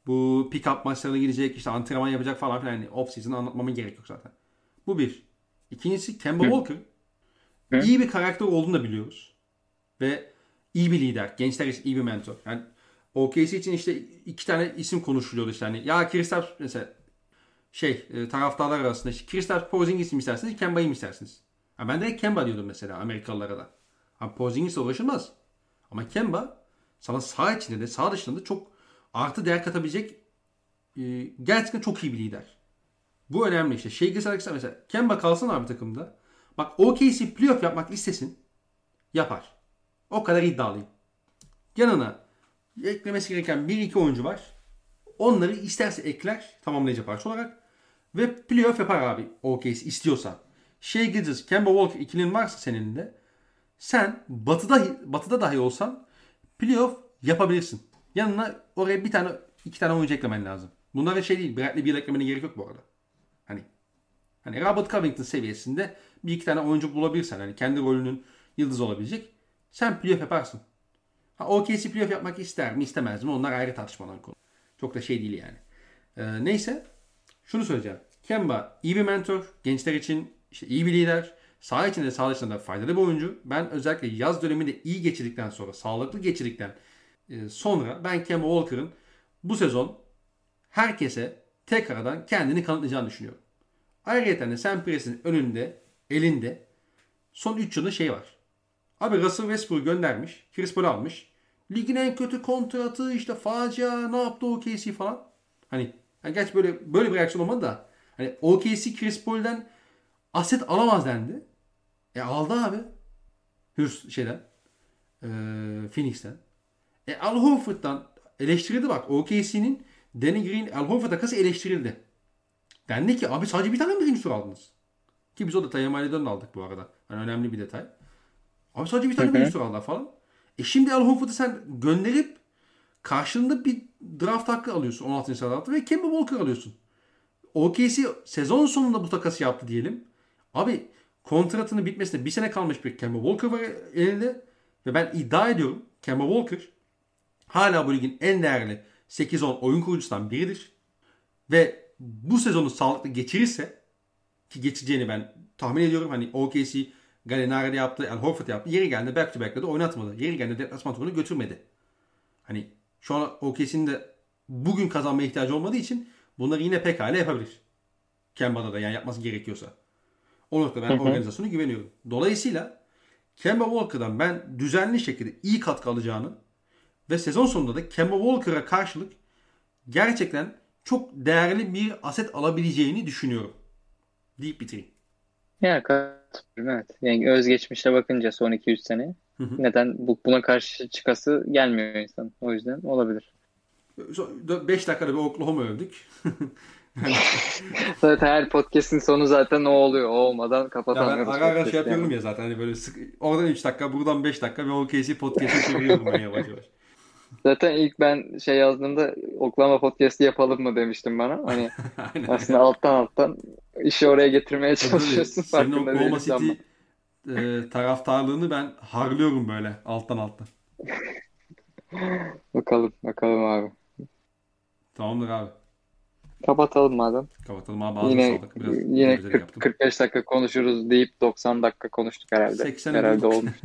A: Bu pick-up maçlarına gidecek, işte antrenman yapacak falan filan. Yani off-season'ı anlatmama gerek yok zaten. Bu bir. İkincisi Kemba Walker iyi bir karakter olduğunu da biliyoruz. Ve iyi bir lider. Gençler için iyi bir mentor. Yani OKC için işte 2 tane isim konuşuluyordu işte hani. Ya Kristaps mesela taraftarlar arasında işte Kristaps Porzingis'i mi istersiniz, Kemba'yı mı istersiniz? Ya ben direkt Kemba diyordum mesela Amerikalılara da. Ama Porzingis'le uğraşılmaz. Ama Kemba sana sağ içinde de sağ dışında da çok artı değer katabilecek gerçekten çok iyi bir lider. Bu önemli işte. Alexander mesela Kemba kalsın abi takımda. Bak OKC playoff yapmak istesin. Yapar. O kadar iddialıyım. Yanına eklemesi gereken 1-2 oyuncu var. Onları isterse ekler tamamlayıcı parça olarak. Ve playoff yapar abi OKC istiyorsa. Shai Gilgeous, Kemba Walker ikilin varsa senin de sen batıda dahi olsan playoff yapabilirsin. Yanına oraya iki tane oyuncu eklemen lazım. Bunlar da değil. Bradley Beal eklemene gerek yok bu arada. Hani Robert Covington seviyesinde bir iki tane oyuncu bulabilirsen hani kendi rolünün yıldız olabilecek. Sen playoff yaparsın. OKC playoff yapmak ister mi istemez mi? Onlar ayrı tartışmalar konu. Çok da değil yani. Neyse. Şunu söyleyeceğim. Kemba iyi bir mentor. Gençler için işte iyi bir lider. Saha içinde saha dışında faydalı bir oyuncu. Ben özellikle yaz döneminde iyi geçirdikten sonra, sağlıklı geçirdikten sonra ben Kemba Walker'ın bu sezon herkese tekrardan kendini kanıtlayacağını düşünüyorum. Ayrıca de Sam Press'in elinde son 3 yılın var. Abi Russell Westbrook'u göndermiş. Chris Paul almış. Ligin en kötü kontratı işte facia ne yaptı OKC falan. Hani gerçi böyle bir reaksiyon olmadı da hani OKC Chris Paul'den aset alamaz dendi. Aldı abi. Phoenix'ten. Al Horford'dan eleştirildi bak. OKC'nin Danny Green Al Horford takası eleştirildi. Dendi ki abi sadece bir tane mi birinci tur aldınız? Ki biz o detayı Mali'den aldık bu arada. Hani önemli bir detay. Abi sadece bir tane birinci tur aldılar falan. Şimdi Al Horford'u sen gönderip karşılığında bir draft hakkı alıyorsun 16. sırada ve Kemba Walker alıyorsun. OKC sezon sonunda bu takası yaptı diyelim. Abi kontratının bitmesine bir sene kalmış bir Kemba Walker var elinde. Ve ben iddia ediyorum Kemba Walker hala bu ligin en değerli 8-10 oyun kurucusundan biridir. Ve bu sezonu sağlıklı geçirirse ki geçeceğini ben tahmin ediyorum. Hani OKC Gallinari'de yaptı, Al Horford yaptı. Yeri geldi back to back'te de oynatmadı. Yeri geldi deplasman turunu götürmedi. Hani şu an OKC'nin de bugün kazanmaya ihtiyacı olmadığı için bunları yine pekala yapabilir. Kemba'da da yani yapması gerekiyorsa. O noktada ben organizasyona güveniyorum. Dolayısıyla Kemba Walker'dan ben düzenli şekilde iyi katkı alacağını ve sezon sonunda da Kemba Walker'a karşılık gerçekten çok değerli bir aset alabileceğini düşünüyorum. Deyip bitireyim.
B: Ya katılıyorum evet. Yani özgeçmişe bakınca son 2-3 sene neden buna karşı çıkası gelmiyor insan. O yüzden olabilir.
A: 5 dakikada bir Oklahoma övdük.
B: Zaten her podcast'in sonu zaten o oluyor. O olmadan kapatamıyoruz.
A: Ben ara yapıyorum ya zaten. Hani böyle oradan 3 dakika, buradan 5 dakika bir OKC podcast'i çeviriyorum ben yavaş yavaş.
B: Zaten ilk ben yazdığımda Oklahoma podcast'i yapalım mı demiştim bana. Hani aslında alttan işi oraya getirmeye çalışıyorsun.
A: Senin Oklahoma City taraftarlığını ben harlıyorum böyle alttan.
B: Bakalım abi.
A: Tamamdır abi.
B: Kapatalım madem.
A: Kapatalım abi. Ağzına sağlık.
B: Yine 45 dakika konuşuruz deyip 90 dakika konuştuk herhalde.
A: 80'e
B: herhalde olmuş.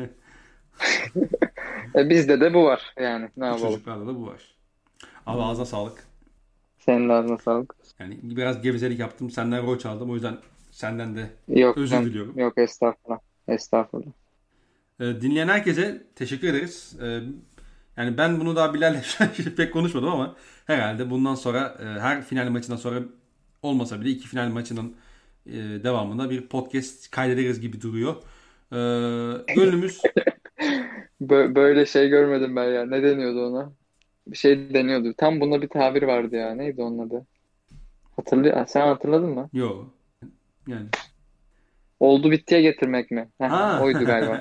B: Bizde de bu var yani. Ne yapalım?
A: Çocuklarda da bu var. Abi ağzına sağlık.
B: Senin de ağzına sağlık.
A: Yani biraz gevezelik yaptım. Senden rol çaldım. O yüzden senden de özür diliyorum.
B: Yok estağfurullah.
A: Dinleyen herkese teşekkür ederiz. Yani ben bunu daha Bilal'le pek konuşmadım ama herhalde bundan sonra her final maçından sonra olmasa bile 2 final maçının devamında bir podcast kaydederiz gibi duruyor. Gönlümüz
B: Böyle şey görmedim ben ya. Ne deniyordu ona? Bir şey deniyordu. Tam buna bir tabir vardı ya. Neydi onun adı? Sen hatırladın mı?
A: yok. Yani.
B: Oldu bittiye getirmek mi? Oydu galiba.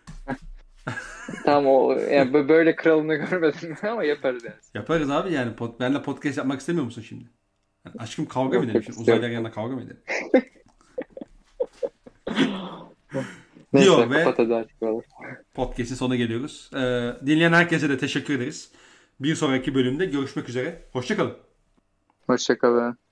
B: Tam o yani böyle kralını görmedim ama yaparız yani.
A: Yaparız abi yani benimle podcast yapmak istemiyor musun şimdi? Yani aşkım kavga mı edelim şimdi? Uzaylılar yanında kavga mı edelim?
B: Neyse kapat hadi artık.
A: Podcast'in sonuna geliyoruz. Dinleyen herkese de teşekkür ederiz. Bir sonraki bölümde görüşmek üzere. Hoşça kalın.
B: Hoşça kalın.